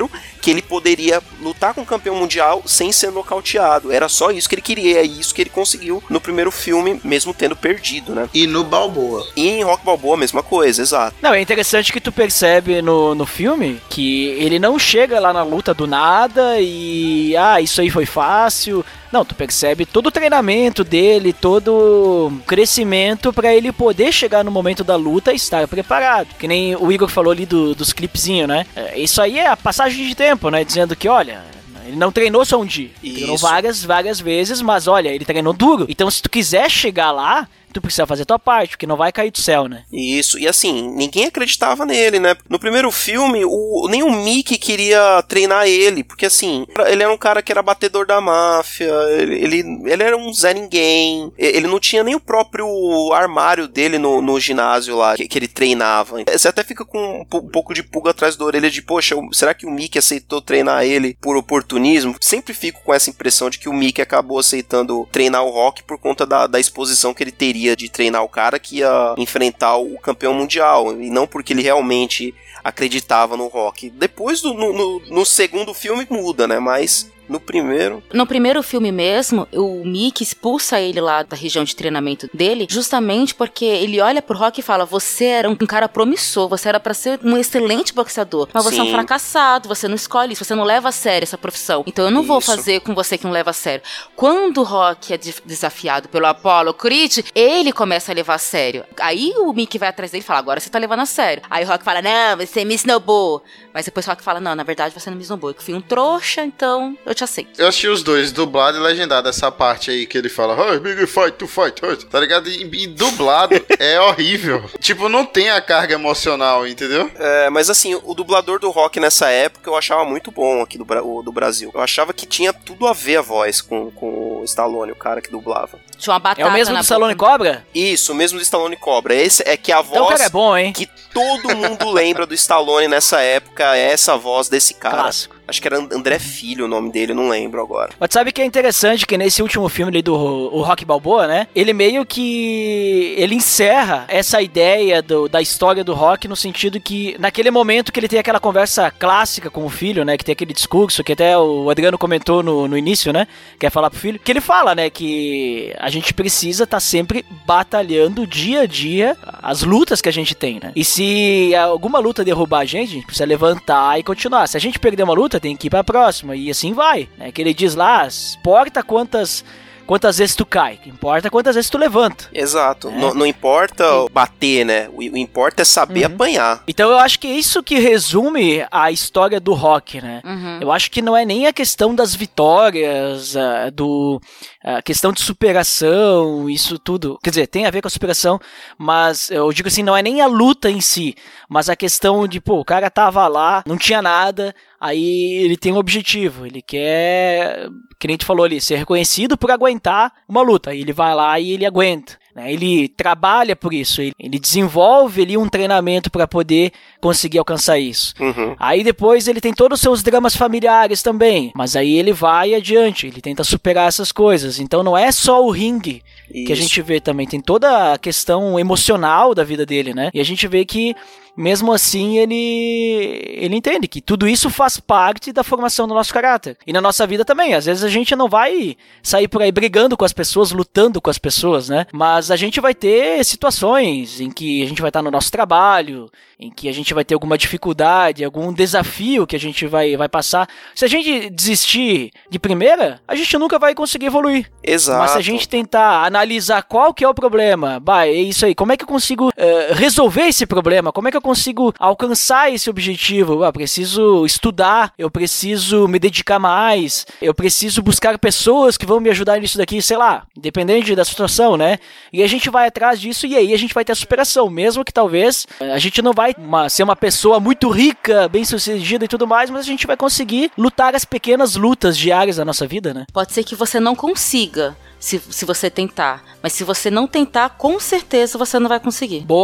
que ele poderia lutar com o campeão mundial sem ser nocauteado. Era só isso que ele queria, é isso que ele conseguiu no primeiro filme, mesmo tendo perdido, né? E no Balboa. E em Rock Balboa, a mesma coisa, exato. Não, é interessante que tu percebe no, no filme que ele não chega lá na luta do nada e, ah, isso aí foi fácil. Não, tu percebe todo o treinamento dele, todo o crescimento pra ele poder chegar no momento da luta e estar preparado. Que nem o Igor falou ali do, dos clipezinhos, né? Isso aí é a passagem de tempo, né? Dizendo que, olha, ele não treinou só um dia. Ele treinou várias, várias vezes, mas olha, ele treinou duro. Então se tu quiser chegar lá, tu precisa fazer tua parte, porque não vai cair do céu, né? Isso, e assim, ninguém acreditava nele, né? No primeiro filme, o, nem o Mickey queria treinar ele, porque assim, ele era um cara que era batedor da máfia, ele, ele, ele era um Zé Ninguém, ele não tinha nem o próprio armário dele no, no ginásio lá, que, que ele treinava. Você até fica com um, um pouco de pulga atrás da orelha de, poxa, será que o Mickey aceitou treinar ele por oportunismo? Sempre fico com essa impressão de que o Mickey acabou aceitando treinar o Rock por conta da, da exposição que ele teria de treinar o cara que ia enfrentar o campeão mundial, e não porque ele realmente acreditava no Rock. Depois, do, no, no, no segundo filme muda, né, mas... No primeiro... No primeiro filme mesmo, o Mickey expulsa ele lá da região de treinamento dele, justamente porque ele olha pro Rock e fala, você era um cara promissor, você era pra ser um excelente boxeador, mas você Sim. é um fracassado, você não escolhe isso, você não leva a sério essa profissão, então eu não isso. vou fazer com você que não leva a sério. Quando o Rock é desafiado pelo Apollo Creed, ele começa a levar a sério. Aí o Mickey vai atrás dele e fala, agora você tá levando a sério. Aí o Rock fala, não, você me snowball. Mas depois o Rock fala, não, na verdade você não me snowball, eu fui um trouxa, então... eu te aceito. Eu assisti os dois, dublado e legendado, essa parte aí que ele fala, hey, big fight, to fight, tá ligado? E, e dublado é horrível. Tipo, não tem a carga emocional, entendeu? É, mas assim, o dublador do Rock nessa época eu achava muito bom aqui do, do Brasil. Eu achava que tinha tudo a ver a voz com, com o Stallone, o cara que dublava. Tinha uma batata. É o mesmo do Stallone Cobra? Isso, o mesmo do Stallone Cobra. Esse é que a voz então, cara é bom, hein? que todo mundo lembra do Stallone nessa época é essa voz desse cara. Clássico. Acho que era André Filho o nome dele, não lembro agora. Mas sabe que é interessante que nesse último filme ali do o Rock Balboa, né? Ele meio que... ele encerra essa ideia do, da história do Rock no sentido que naquele momento que ele tem aquela conversa clássica com o filho, né? Que tem aquele discurso que até o Adriano comentou no, no início, né? Quer falar pro filho. Que ele fala, né? Que a gente precisa estar tá sempre batalhando dia a dia as lutas que a gente tem, né? E se alguma luta derrubar a gente, a gente precisa levantar e continuar. Se a gente perder uma luta, tem que ir pra próxima, e assim vai, né? Que ele diz lá, importa quantas quantas vezes tu cai, que importa quantas vezes tu levanta. Exato, é. não, não importa Sim. bater, né, o, o importa é saber uhum. apanhar. Então eu acho que é isso que resume a história do Rock, né, uhum. eu acho que não é nem a questão das vitórias, uh, do, a questão de superação, isso tudo, quer dizer, tem a ver com a superação, mas eu digo assim, não é nem a luta em si, mas a questão de, pô, o cara tava lá, não tinha nada, aí ele tem um objetivo, ele quer, que nem tu falou ali, ser reconhecido por aguentar uma luta, aí ele vai lá e ele aguenta, né? Ele trabalha por isso, ele, ele desenvolve ali um treinamento para poder conseguir alcançar isso. Uhum. Aí depois ele tem todos os seus dramas familiares também, mas aí ele vai adiante, ele tenta superar essas coisas, então não é só o ringue isso. que a gente vê também, tem toda a questão emocional da vida dele, né? E a gente vê que mesmo assim, ele, ele entende que tudo isso faz parte da formação do nosso caráter. E na nossa vida também. Às vezes a gente não vai sair por aí brigando com as pessoas, lutando com as pessoas, né? Mas a gente vai ter situações em que a gente vai estar no nosso trabalho, em que a gente vai ter alguma dificuldade, algum desafio que a gente vai, vai passar. Se a gente desistir de primeira, a gente nunca vai conseguir evoluir. Exato. Mas se a gente tentar analisar qual que é o problema, bah, é isso aí, como é que eu consigo uh, resolver esse problema? Como é que eu consigo alcançar esse objetivo? Eu preciso estudar, eu preciso me dedicar mais, eu preciso buscar pessoas que vão me ajudar nisso daqui, sei lá, independente da situação, né? E a gente vai atrás disso e aí a gente vai ter a superação, mesmo que talvez a gente não vai uma, ser uma pessoa muito rica, bem sucedida e tudo mais, mas a gente vai conseguir lutar as pequenas lutas diárias da nossa vida, né? Pode ser que você não consiga, se, se você tentar, mas se você não tentar, com certeza você não vai conseguir. Boa!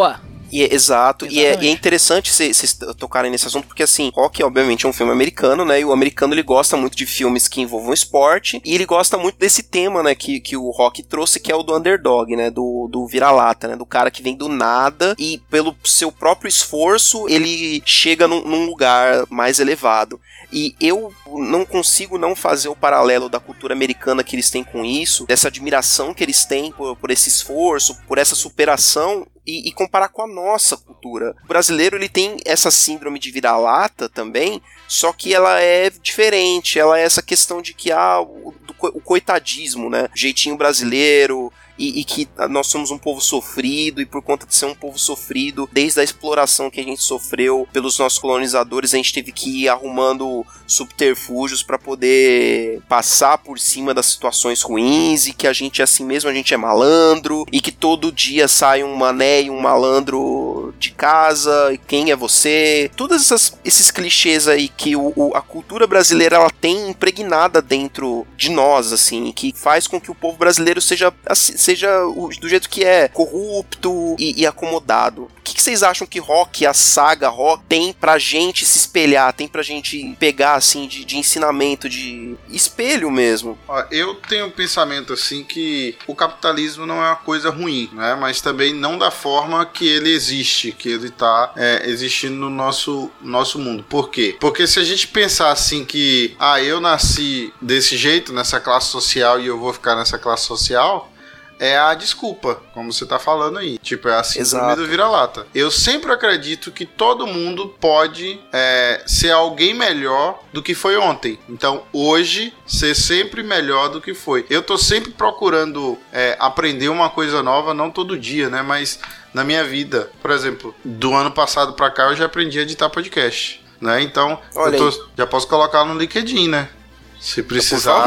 E é, exato, e é, e é interessante vocês tocarem nesse assunto, porque assim, Rock obviamente é um filme americano, né, e o americano ele gosta muito de filmes que envolvam esporte, e ele gosta muito desse tema, né, que, que o Rock trouxe, que é o do underdog, né, do, do vira-lata, né, do cara que vem do nada, e pelo seu próprio esforço, ele chega num, num lugar mais elevado. E eu não consigo não fazer o paralelo da cultura americana que eles têm com isso, dessa admiração que eles têm por, por esse esforço, por essa superação, e, e comparar com a nossa cultura. O brasileiro ele tem essa síndrome de vira-lata também, só que ela é diferente, ela é essa questão de que há ah, o, o coitadismo, né? O jeitinho brasileiro... E, e que nós somos um povo sofrido, e por conta de ser um povo sofrido, desde a exploração que a gente sofreu pelos nossos colonizadores, a gente teve que ir arrumando subterfúgios para poder passar por cima das situações ruins, e que a gente assim mesmo, a gente é malandro, e que todo dia sai um mané e um malandro de casa, e quem é você? Todos essas, esses clichês aí que o, o, a cultura brasileira ela tem impregnada dentro de nós, assim, que faz com que o povo brasileiro seja assim, seja do jeito que é, corrupto e, e acomodado. O que, que vocês acham que Rock, a saga Rock, tem pra gente se espelhar, tem pra gente pegar, assim, de, de ensinamento, de espelho mesmo? Ó, eu tenho um pensamento, assim, que o capitalismo não é uma coisa ruim, né? Mas também não da forma que ele existe, que ele tá é, existindo no nosso, nosso mundo. Por quê? Porque se a gente pensar, assim, que, ah, eu nasci desse jeito, nessa classe social, e eu vou ficar nessa classe social... é a desculpa, como você tá falando aí. Tipo, é a síndrome do vira-lata. Eu sempre acredito que todo mundo pode é, ser alguém melhor do que foi ontem. Então, hoje, ser sempre melhor do que foi. Eu tô sempre procurando é, aprender uma coisa nova, não todo dia, né? Mas na minha vida, por exemplo, do ano passado pra cá, eu já aprendi a editar podcast, né? Então, eu tô, já posso colocar no LinkedIn, né? Se precisar.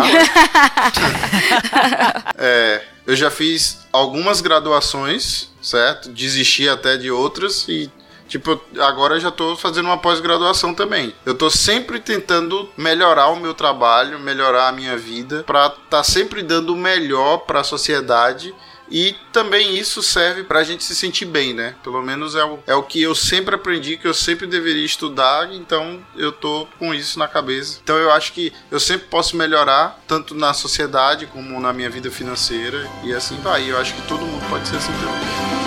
é... Eu já fiz algumas graduações, certo? Desisti até de outras e, tipo, agora eu já tô fazendo uma pós-graduação também. Eu tô sempre tentando melhorar o meu trabalho, melhorar a minha vida, pra tá sempre dando o melhor pra sociedade. E também isso serve pra gente se sentir bem, né? Pelo menos é o, é o que eu sempre aprendi, que eu sempre deveria estudar, então eu tô com isso na cabeça. Então eu acho que eu sempre posso melhorar, tanto na sociedade como na minha vida financeira, e assim vai. Eu acho que todo mundo pode ser assim também.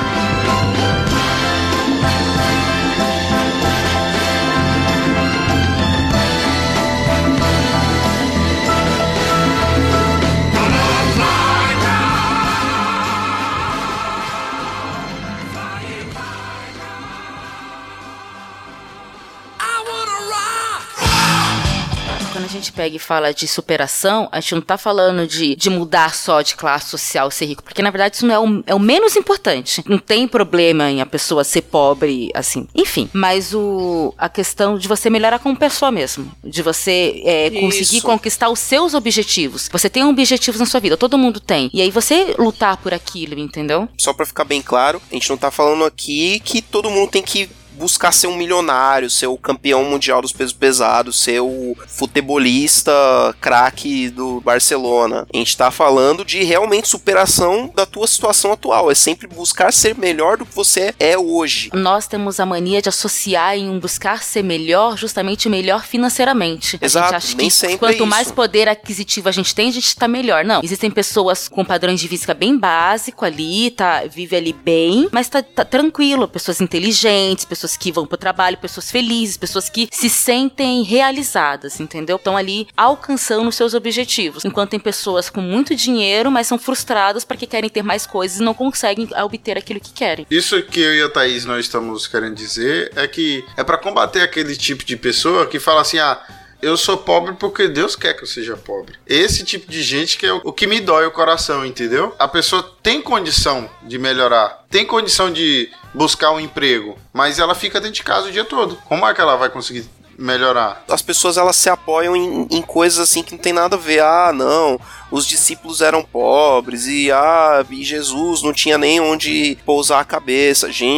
Quando a gente pega e fala de superação, a gente não tá falando de, de mudar só de classe social, ser rico, porque na verdade isso não é o, é o menos importante. Não tem problema em a pessoa ser pobre, assim, enfim. Mas o, a questão de você melhorar como pessoa mesmo, de você é, conseguir conquistar os seus objetivos. Você tem objetivos na sua vida, todo mundo tem. E aí você lutar por aquilo, entendeu? Só pra ficar bem claro, a gente não tá falando aqui que todo mundo tem que buscar ser um milionário, ser o campeão mundial dos pesos pesados, ser o futebolista craque do Barcelona. A gente tá falando de realmente superação da tua situação atual. É sempre buscar ser melhor do que você é hoje. Nós temos a mania de associar em um buscar ser melhor, justamente melhor financeiramente. Exato, a gente acha nem que sempre quanto é mais poder aquisitivo a gente tem, a gente tá melhor. Não, existem pessoas com padrões de vida bem básico ali, tá, vive ali bem, mas tá, tá tranquilo. Pessoas inteligentes, pessoas que vão pro trabalho, pessoas felizes, pessoas que se sentem realizadas, entendeu? Estão ali alcançando os seus objetivos. Enquanto tem pessoas com muito dinheiro, mas são frustradas porque querem ter mais coisas e não conseguem obter aquilo que querem. Isso que eu e a Thaís nós estamos querendo dizer é que é pra combater aquele tipo de pessoa que fala assim, ah, eu sou pobre porque Deus quer que eu seja pobre. Esse tipo de gente que é o que me dói o coração, entendeu? A pessoa tem condição de melhorar, tem condição de buscar um emprego, mas ela fica dentro de casa o dia todo. Como é que ela vai conseguir melhorar? As pessoas, elas se apoiam em, em coisas assim que não tem nada a ver. Ah, não, os discípulos eram pobres e, ah, e Jesus não tinha nem onde pousar a cabeça. Gente,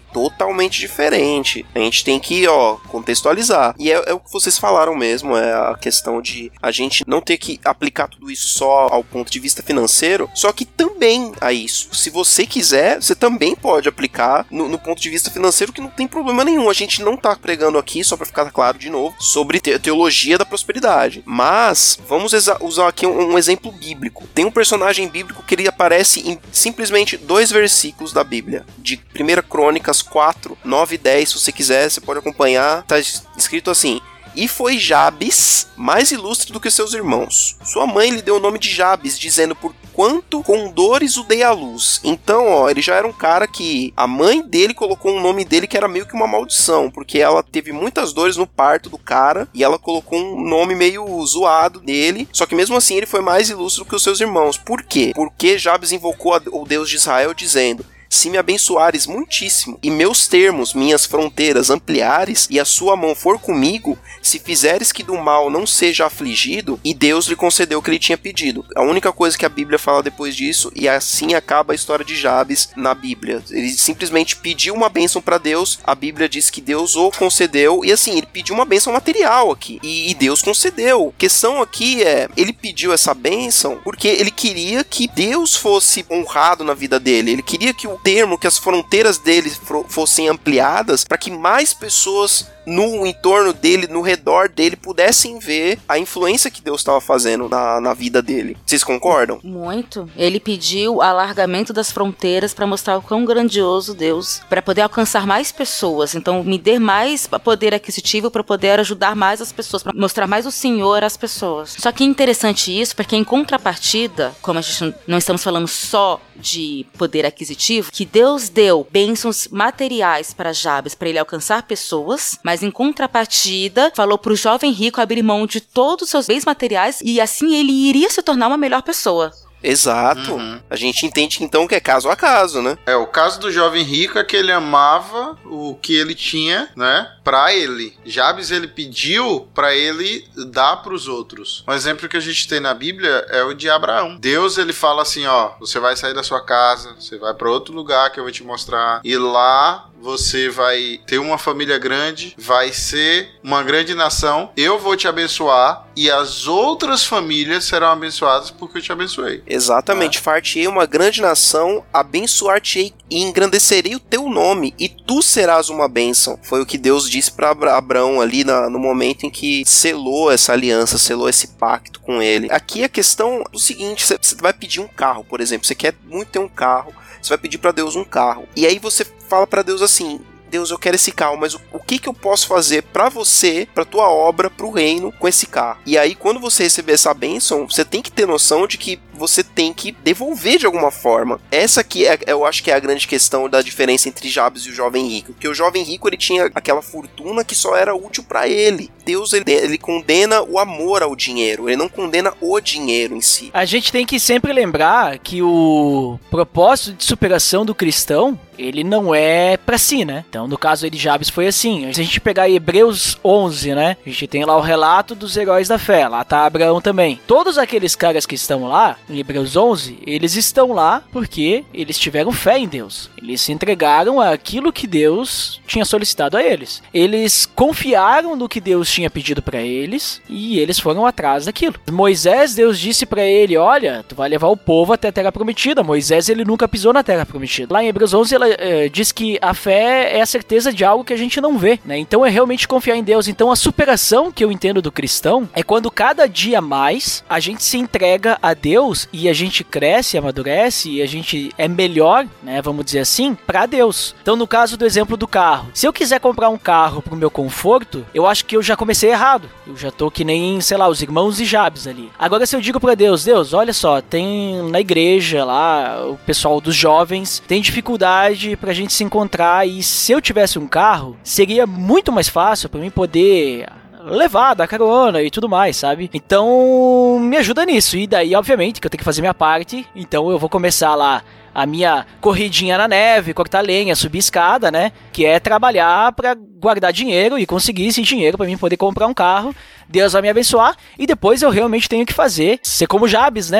totalmente diferente. A gente tem que, ó, contextualizar. E é, é o que vocês falaram mesmo, é a questão de a gente não ter que aplicar tudo isso só ao ponto de vista financeiro, só que também a isso. Se você quiser, você também pode aplicar no, no ponto de vista financeiro, que não tem problema nenhum. A gente não tá pregando aqui, só pra ficar claro de novo, sobre te- teologia da prosperidade. Mas, vamos exa- usar aqui um, um exemplo bíblico. Tem um personagem bíblico que ele aparece em simplesmente dois versículos da Bíblia, de primeira Crônicas quatro, nove e dez, se você quiser, você pode acompanhar. Tá escrito assim: e foi Jabes mais ilustre do que seus irmãos. Sua mãe lhe deu o nome de Jabes, dizendo: por quanto com dores o dei à luz. Então, ó, ele já era um cara que a mãe dele colocou um nome dele que era meio que uma maldição, porque ela teve muitas dores no parto do cara, e ela colocou um nome meio zoado dele, só que mesmo assim ele foi mais ilustre do que os seus irmãos. Por quê? Porque Jabes invocou a, o Deus de Israel, dizendo: se me abençoares muitíssimo, e meus termos, minhas fronteiras ampliares, e a sua mão for comigo, se fizeres que do mal não seja afligido, e Deus lhe concedeu o que ele tinha pedido. A única coisa que a Bíblia fala depois disso, e assim acaba a história de Jabes na Bíblia. Ele simplesmente pediu uma bênção para Deus, a Bíblia diz que Deus o concedeu, e assim, ele pediu uma bênção material aqui, e, e Deus concedeu. A questão aqui é, ele pediu essa bênção porque ele queria que Deus fosse honrado na vida dele, ele queria que o termo, que as fronteiras dele fossem ampliadas para que mais pessoas no entorno dele, no redor dele, pudessem ver a influência que Deus estava fazendo na, na vida dele. Vocês concordam? Muito. Ele pediu alargamento das fronteiras para mostrar o quão grandioso Deus, para poder alcançar mais pessoas. Então, me dê mais poder aquisitivo para poder ajudar mais as pessoas, para mostrar mais o Senhor às pessoas. Só que é interessante isso, porque em contrapartida, como a gente não estamos falando só de poder aquisitivo, que Deus deu bênçãos materiais para Jabes, para ele alcançar pessoas, mas em contrapartida, falou para o jovem rico abrir mão de todos os seus bens materiais e assim ele iria se tornar uma melhor pessoa. Exato. Uhum. A gente entende então que é caso a caso, né? É, o caso do jovem rico é que ele amava o que ele tinha, né, pra ele. Jabes, ele pediu pra ele dar pros outros. Um exemplo que a gente tem na Bíblia é o de Abraão. Deus, ele fala assim, ó, você vai sair da sua casa, você vai pra outro lugar que eu vou te mostrar, e lá você vai ter uma família grande, vai ser uma grande nação, eu vou te abençoar e as outras famílias serão abençoadas porque eu te abençoei. Exatamente, ah. Far-te-ei uma grande nação, abençoar-te-ei e engrandecerei o teu nome e tu serás uma bênção. Foi o que Deus disse para Abraão ali na, no momento em que selou essa aliança, selou esse pacto com ele. Aqui a questão é o seguinte, você, você vai pedir um carro, por exemplo, você quer muito ter um carro, você vai pedir para Deus um carro. E aí você fala para Deus assim: Deus, eu quero esse carro, mas o, o que que eu posso fazer para você, para tua obra, pro reino com esse carro? E aí quando você receber essa bênção, você tem que ter noção de que você tem que devolver de alguma forma. Essa aqui é, eu acho que é a grande questão da diferença entre Jabes e o jovem rico, porque o jovem rico ele tinha aquela fortuna que só era útil para ele. Deus ele, ele condena o amor ao dinheiro, ele não condena o dinheiro em si. A gente tem que sempre lembrar que o propósito de superação do cristão, ele não é pra si, né? Então, no caso aí de Jabes foi assim. Se a gente pegar Hebreus onze, né? A gente tem lá o relato dos heróis da fé. Lá tá Abraão também. Todos aqueles caras que estão lá, em Hebreus onze, eles estão lá porque eles tiveram fé em Deus. Eles se entregaram àquilo que Deus tinha solicitado a eles. Eles confiaram no que Deus tinha pedido pra eles e eles foram atrás daquilo. Moisés, Deus disse pra ele: olha, tu vai levar o povo até a terra prometida. Moisés, ele nunca pisou na terra prometida. Lá em Hebreus onze, ela é, diz que a fé é a certeza de algo que a gente não vê, né? Então é realmente confiar em Deus. Então a superação que eu entendo do cristão é quando cada dia mais a gente se entrega a Deus e a gente cresce, amadurece e a gente é melhor, né, vamos dizer assim, pra Deus. Então no caso do exemplo do carro, se eu quiser comprar um carro pro meu conforto, eu acho que eu já comecei errado. Eu já tô que nem, sei lá, os irmãos de Jabes ali. Agora se eu digo pra Deus: Deus, olha só, tem na igreja lá, o pessoal dos jovens tem dificuldade pra gente se encontrar e se eu tivesse um carro, seria muito mais fácil pra mim poder levar, dar carona e tudo mais, sabe? Então, me ajuda nisso. E daí, obviamente, que eu tenho que fazer minha parte. Então, eu vou começar lá a minha corridinha na neve, cortar lenha, subir escada, né? Que é trabalhar pra guardar dinheiro e conseguir esse dinheiro pra mim poder comprar um carro. Deus vai me abençoar. E depois eu realmente tenho que fazer, ser como Jabes, né?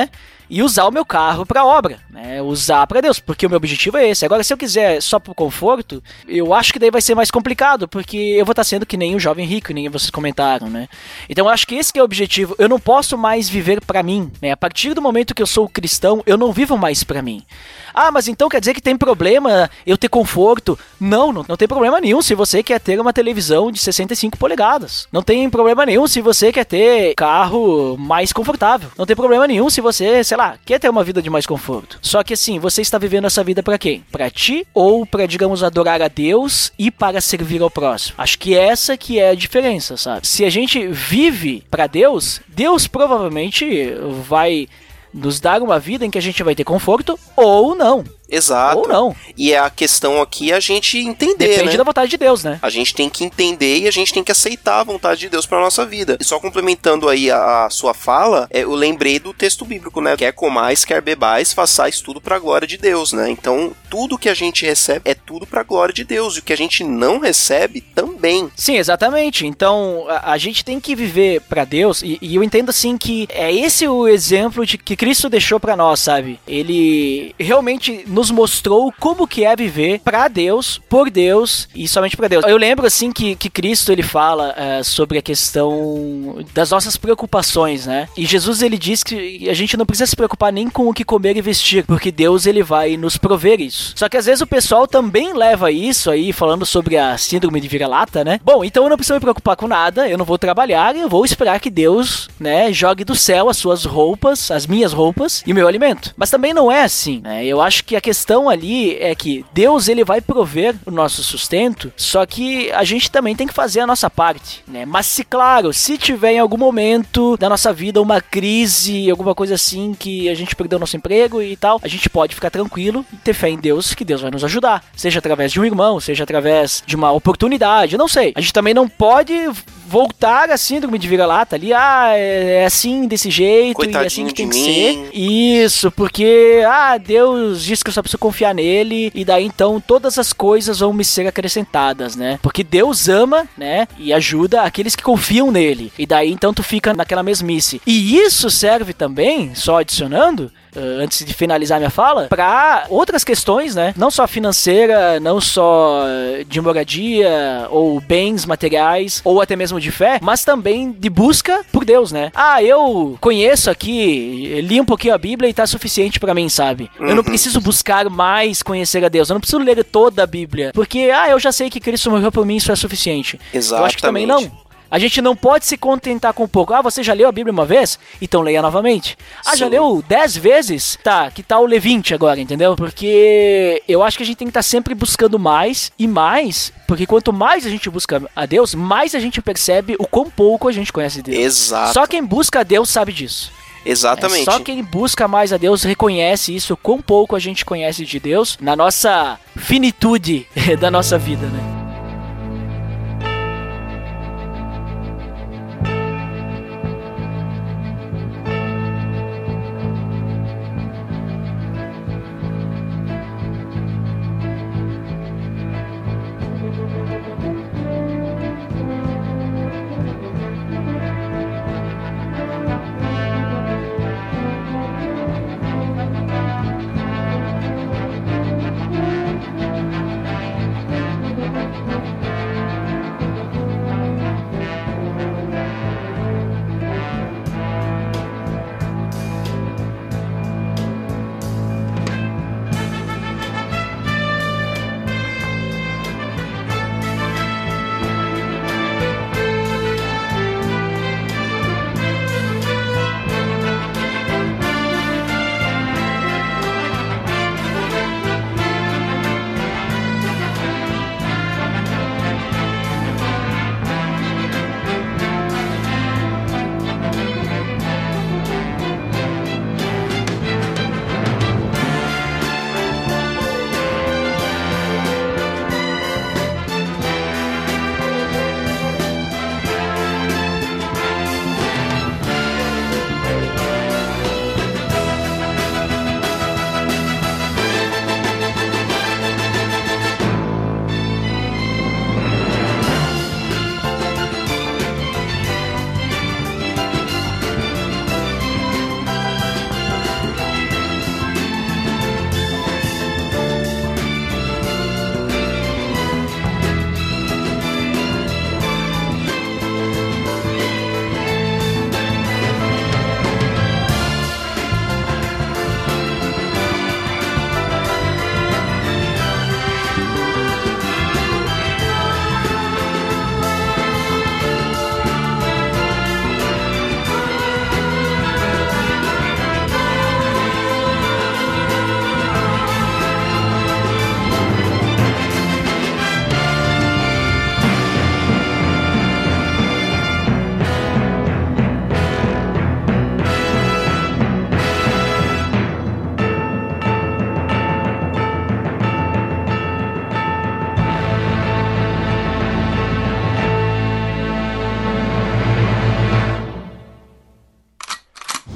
e usar o meu carro pra obra, né? Usar pra Deus, porque o meu objetivo é esse. Agora, se eu quiser só pro conforto, eu acho que daí vai ser mais complicado, porque eu vou estar sendo que nem o jovem rico, nem vocês comentaram, né? Então eu acho que esse que é o objetivo. Eu não posso mais viver pra mim, né? A partir do momento que eu sou cristão, eu não vivo mais pra mim. Ah, mas então quer dizer que tem problema eu ter conforto? Não, não, não tem problema nenhum se você quer ter uma televisão de sessenta e cinco polegadas. Não tem problema nenhum se você quer ter carro mais confortável. Não tem problema nenhum se você, sei lá, quer ter uma vida de mais conforto. Só que assim, você está vivendo essa vida pra quem? Pra ti ou pra, digamos, adorar a Deus e para servir ao próximo? Acho que essa que é a diferença, sabe? Se a gente vive pra Deus, Deus provavelmente vai nos dar uma vida em que a gente vai ter conforto ou não. Exato. Ou não. E é a questão aqui a gente entender, Depende né? da vontade de Deus, né? A gente tem que entender e a gente tem que aceitar a vontade de Deus pra nossa vida. E só complementando aí a, a sua fala, é, eu lembrei do texto bíblico, né? Quer comais, quer bebais, façais tudo pra glória de Deus, né? Então, tudo que a gente recebe é tudo pra glória de Deus. E o que a gente não recebe, também. Sim, exatamente. Então, a, a gente tem que viver pra Deus. E, e eu entendo, assim, que é esse o exemplo de que Cristo deixou pra nós, sabe? Ele realmente nos mostrou como que é viver pra Deus, por Deus e somente pra Deus. Eu lembro assim que, que Cristo ele fala uh, sobre a questão das nossas preocupações, né? E Jesus ele diz que a gente não precisa se preocupar nem com o que comer e vestir, porque Deus ele vai nos prover isso. Só que às vezes o pessoal também leva isso aí, falando sobre a síndrome de vira-lata, né? Bom, então eu não preciso me preocupar com nada, eu não vou trabalhar e eu vou esperar que Deus, né, jogue do céu as suas roupas, as minhas roupas e o meu alimento. Mas também não é assim, né? Eu acho que a questão ali é que Deus ele vai prover o nosso sustento, só que a gente também tem que fazer a nossa parte, né? Mas se claro, se tiver em algum momento da nossa vida uma crise, alguma coisa assim que a gente perdeu nosso emprego e tal, a gente pode ficar tranquilo e ter fé em Deus que Deus vai nos ajudar, seja através de um irmão, seja através de uma oportunidade, eu não sei. A gente também não pode voltar a síndrome de vira-lata ali, ah, é assim, desse jeito, coitadinho, e é assim que tem de que mim. ser. Isso, porque, ah, Deus disse que eu só preciso confiar nele, e daí então todas as coisas vão me ser acrescentadas, né? Porque Deus ama, né, e ajuda aqueles que confiam nele. E daí então tu fica naquela mesmice. E isso serve também, só adicionando, Uh, antes de finalizar minha fala, para outras questões, né? Não só financeira, não só de moradia ou bens materiais, ou até mesmo de fé, mas também de busca por Deus, né? Ah, eu conheço aqui, li um pouquinho a Bíblia e tá suficiente para mim, sabe? Uhum. Eu não preciso buscar mais conhecer a Deus, eu não preciso ler toda a Bíblia, porque, ah, eu já sei que Cristo morreu por mim, isso é suficiente. Exatamente. Eu acho que também não. A gente não pode se contentar com pouco. Ah, você já leu a Bíblia uma vez? Então leia novamente. Ah, Sim. já leu dez vezes? Tá, que tal ler vinte agora, entendeu? Porque eu acho que a gente tem que estar sempre buscando mais e mais, porque quanto mais a gente busca a Deus, mais a gente percebe o quão pouco a gente conhece Deus. Exato. Só quem busca a Deus sabe disso. Exatamente. É, só quem busca mais a Deus reconhece isso, o quão pouco a gente conhece de Deus na nossa finitude da nossa vida, né?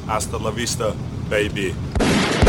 Hasta la vista, baby.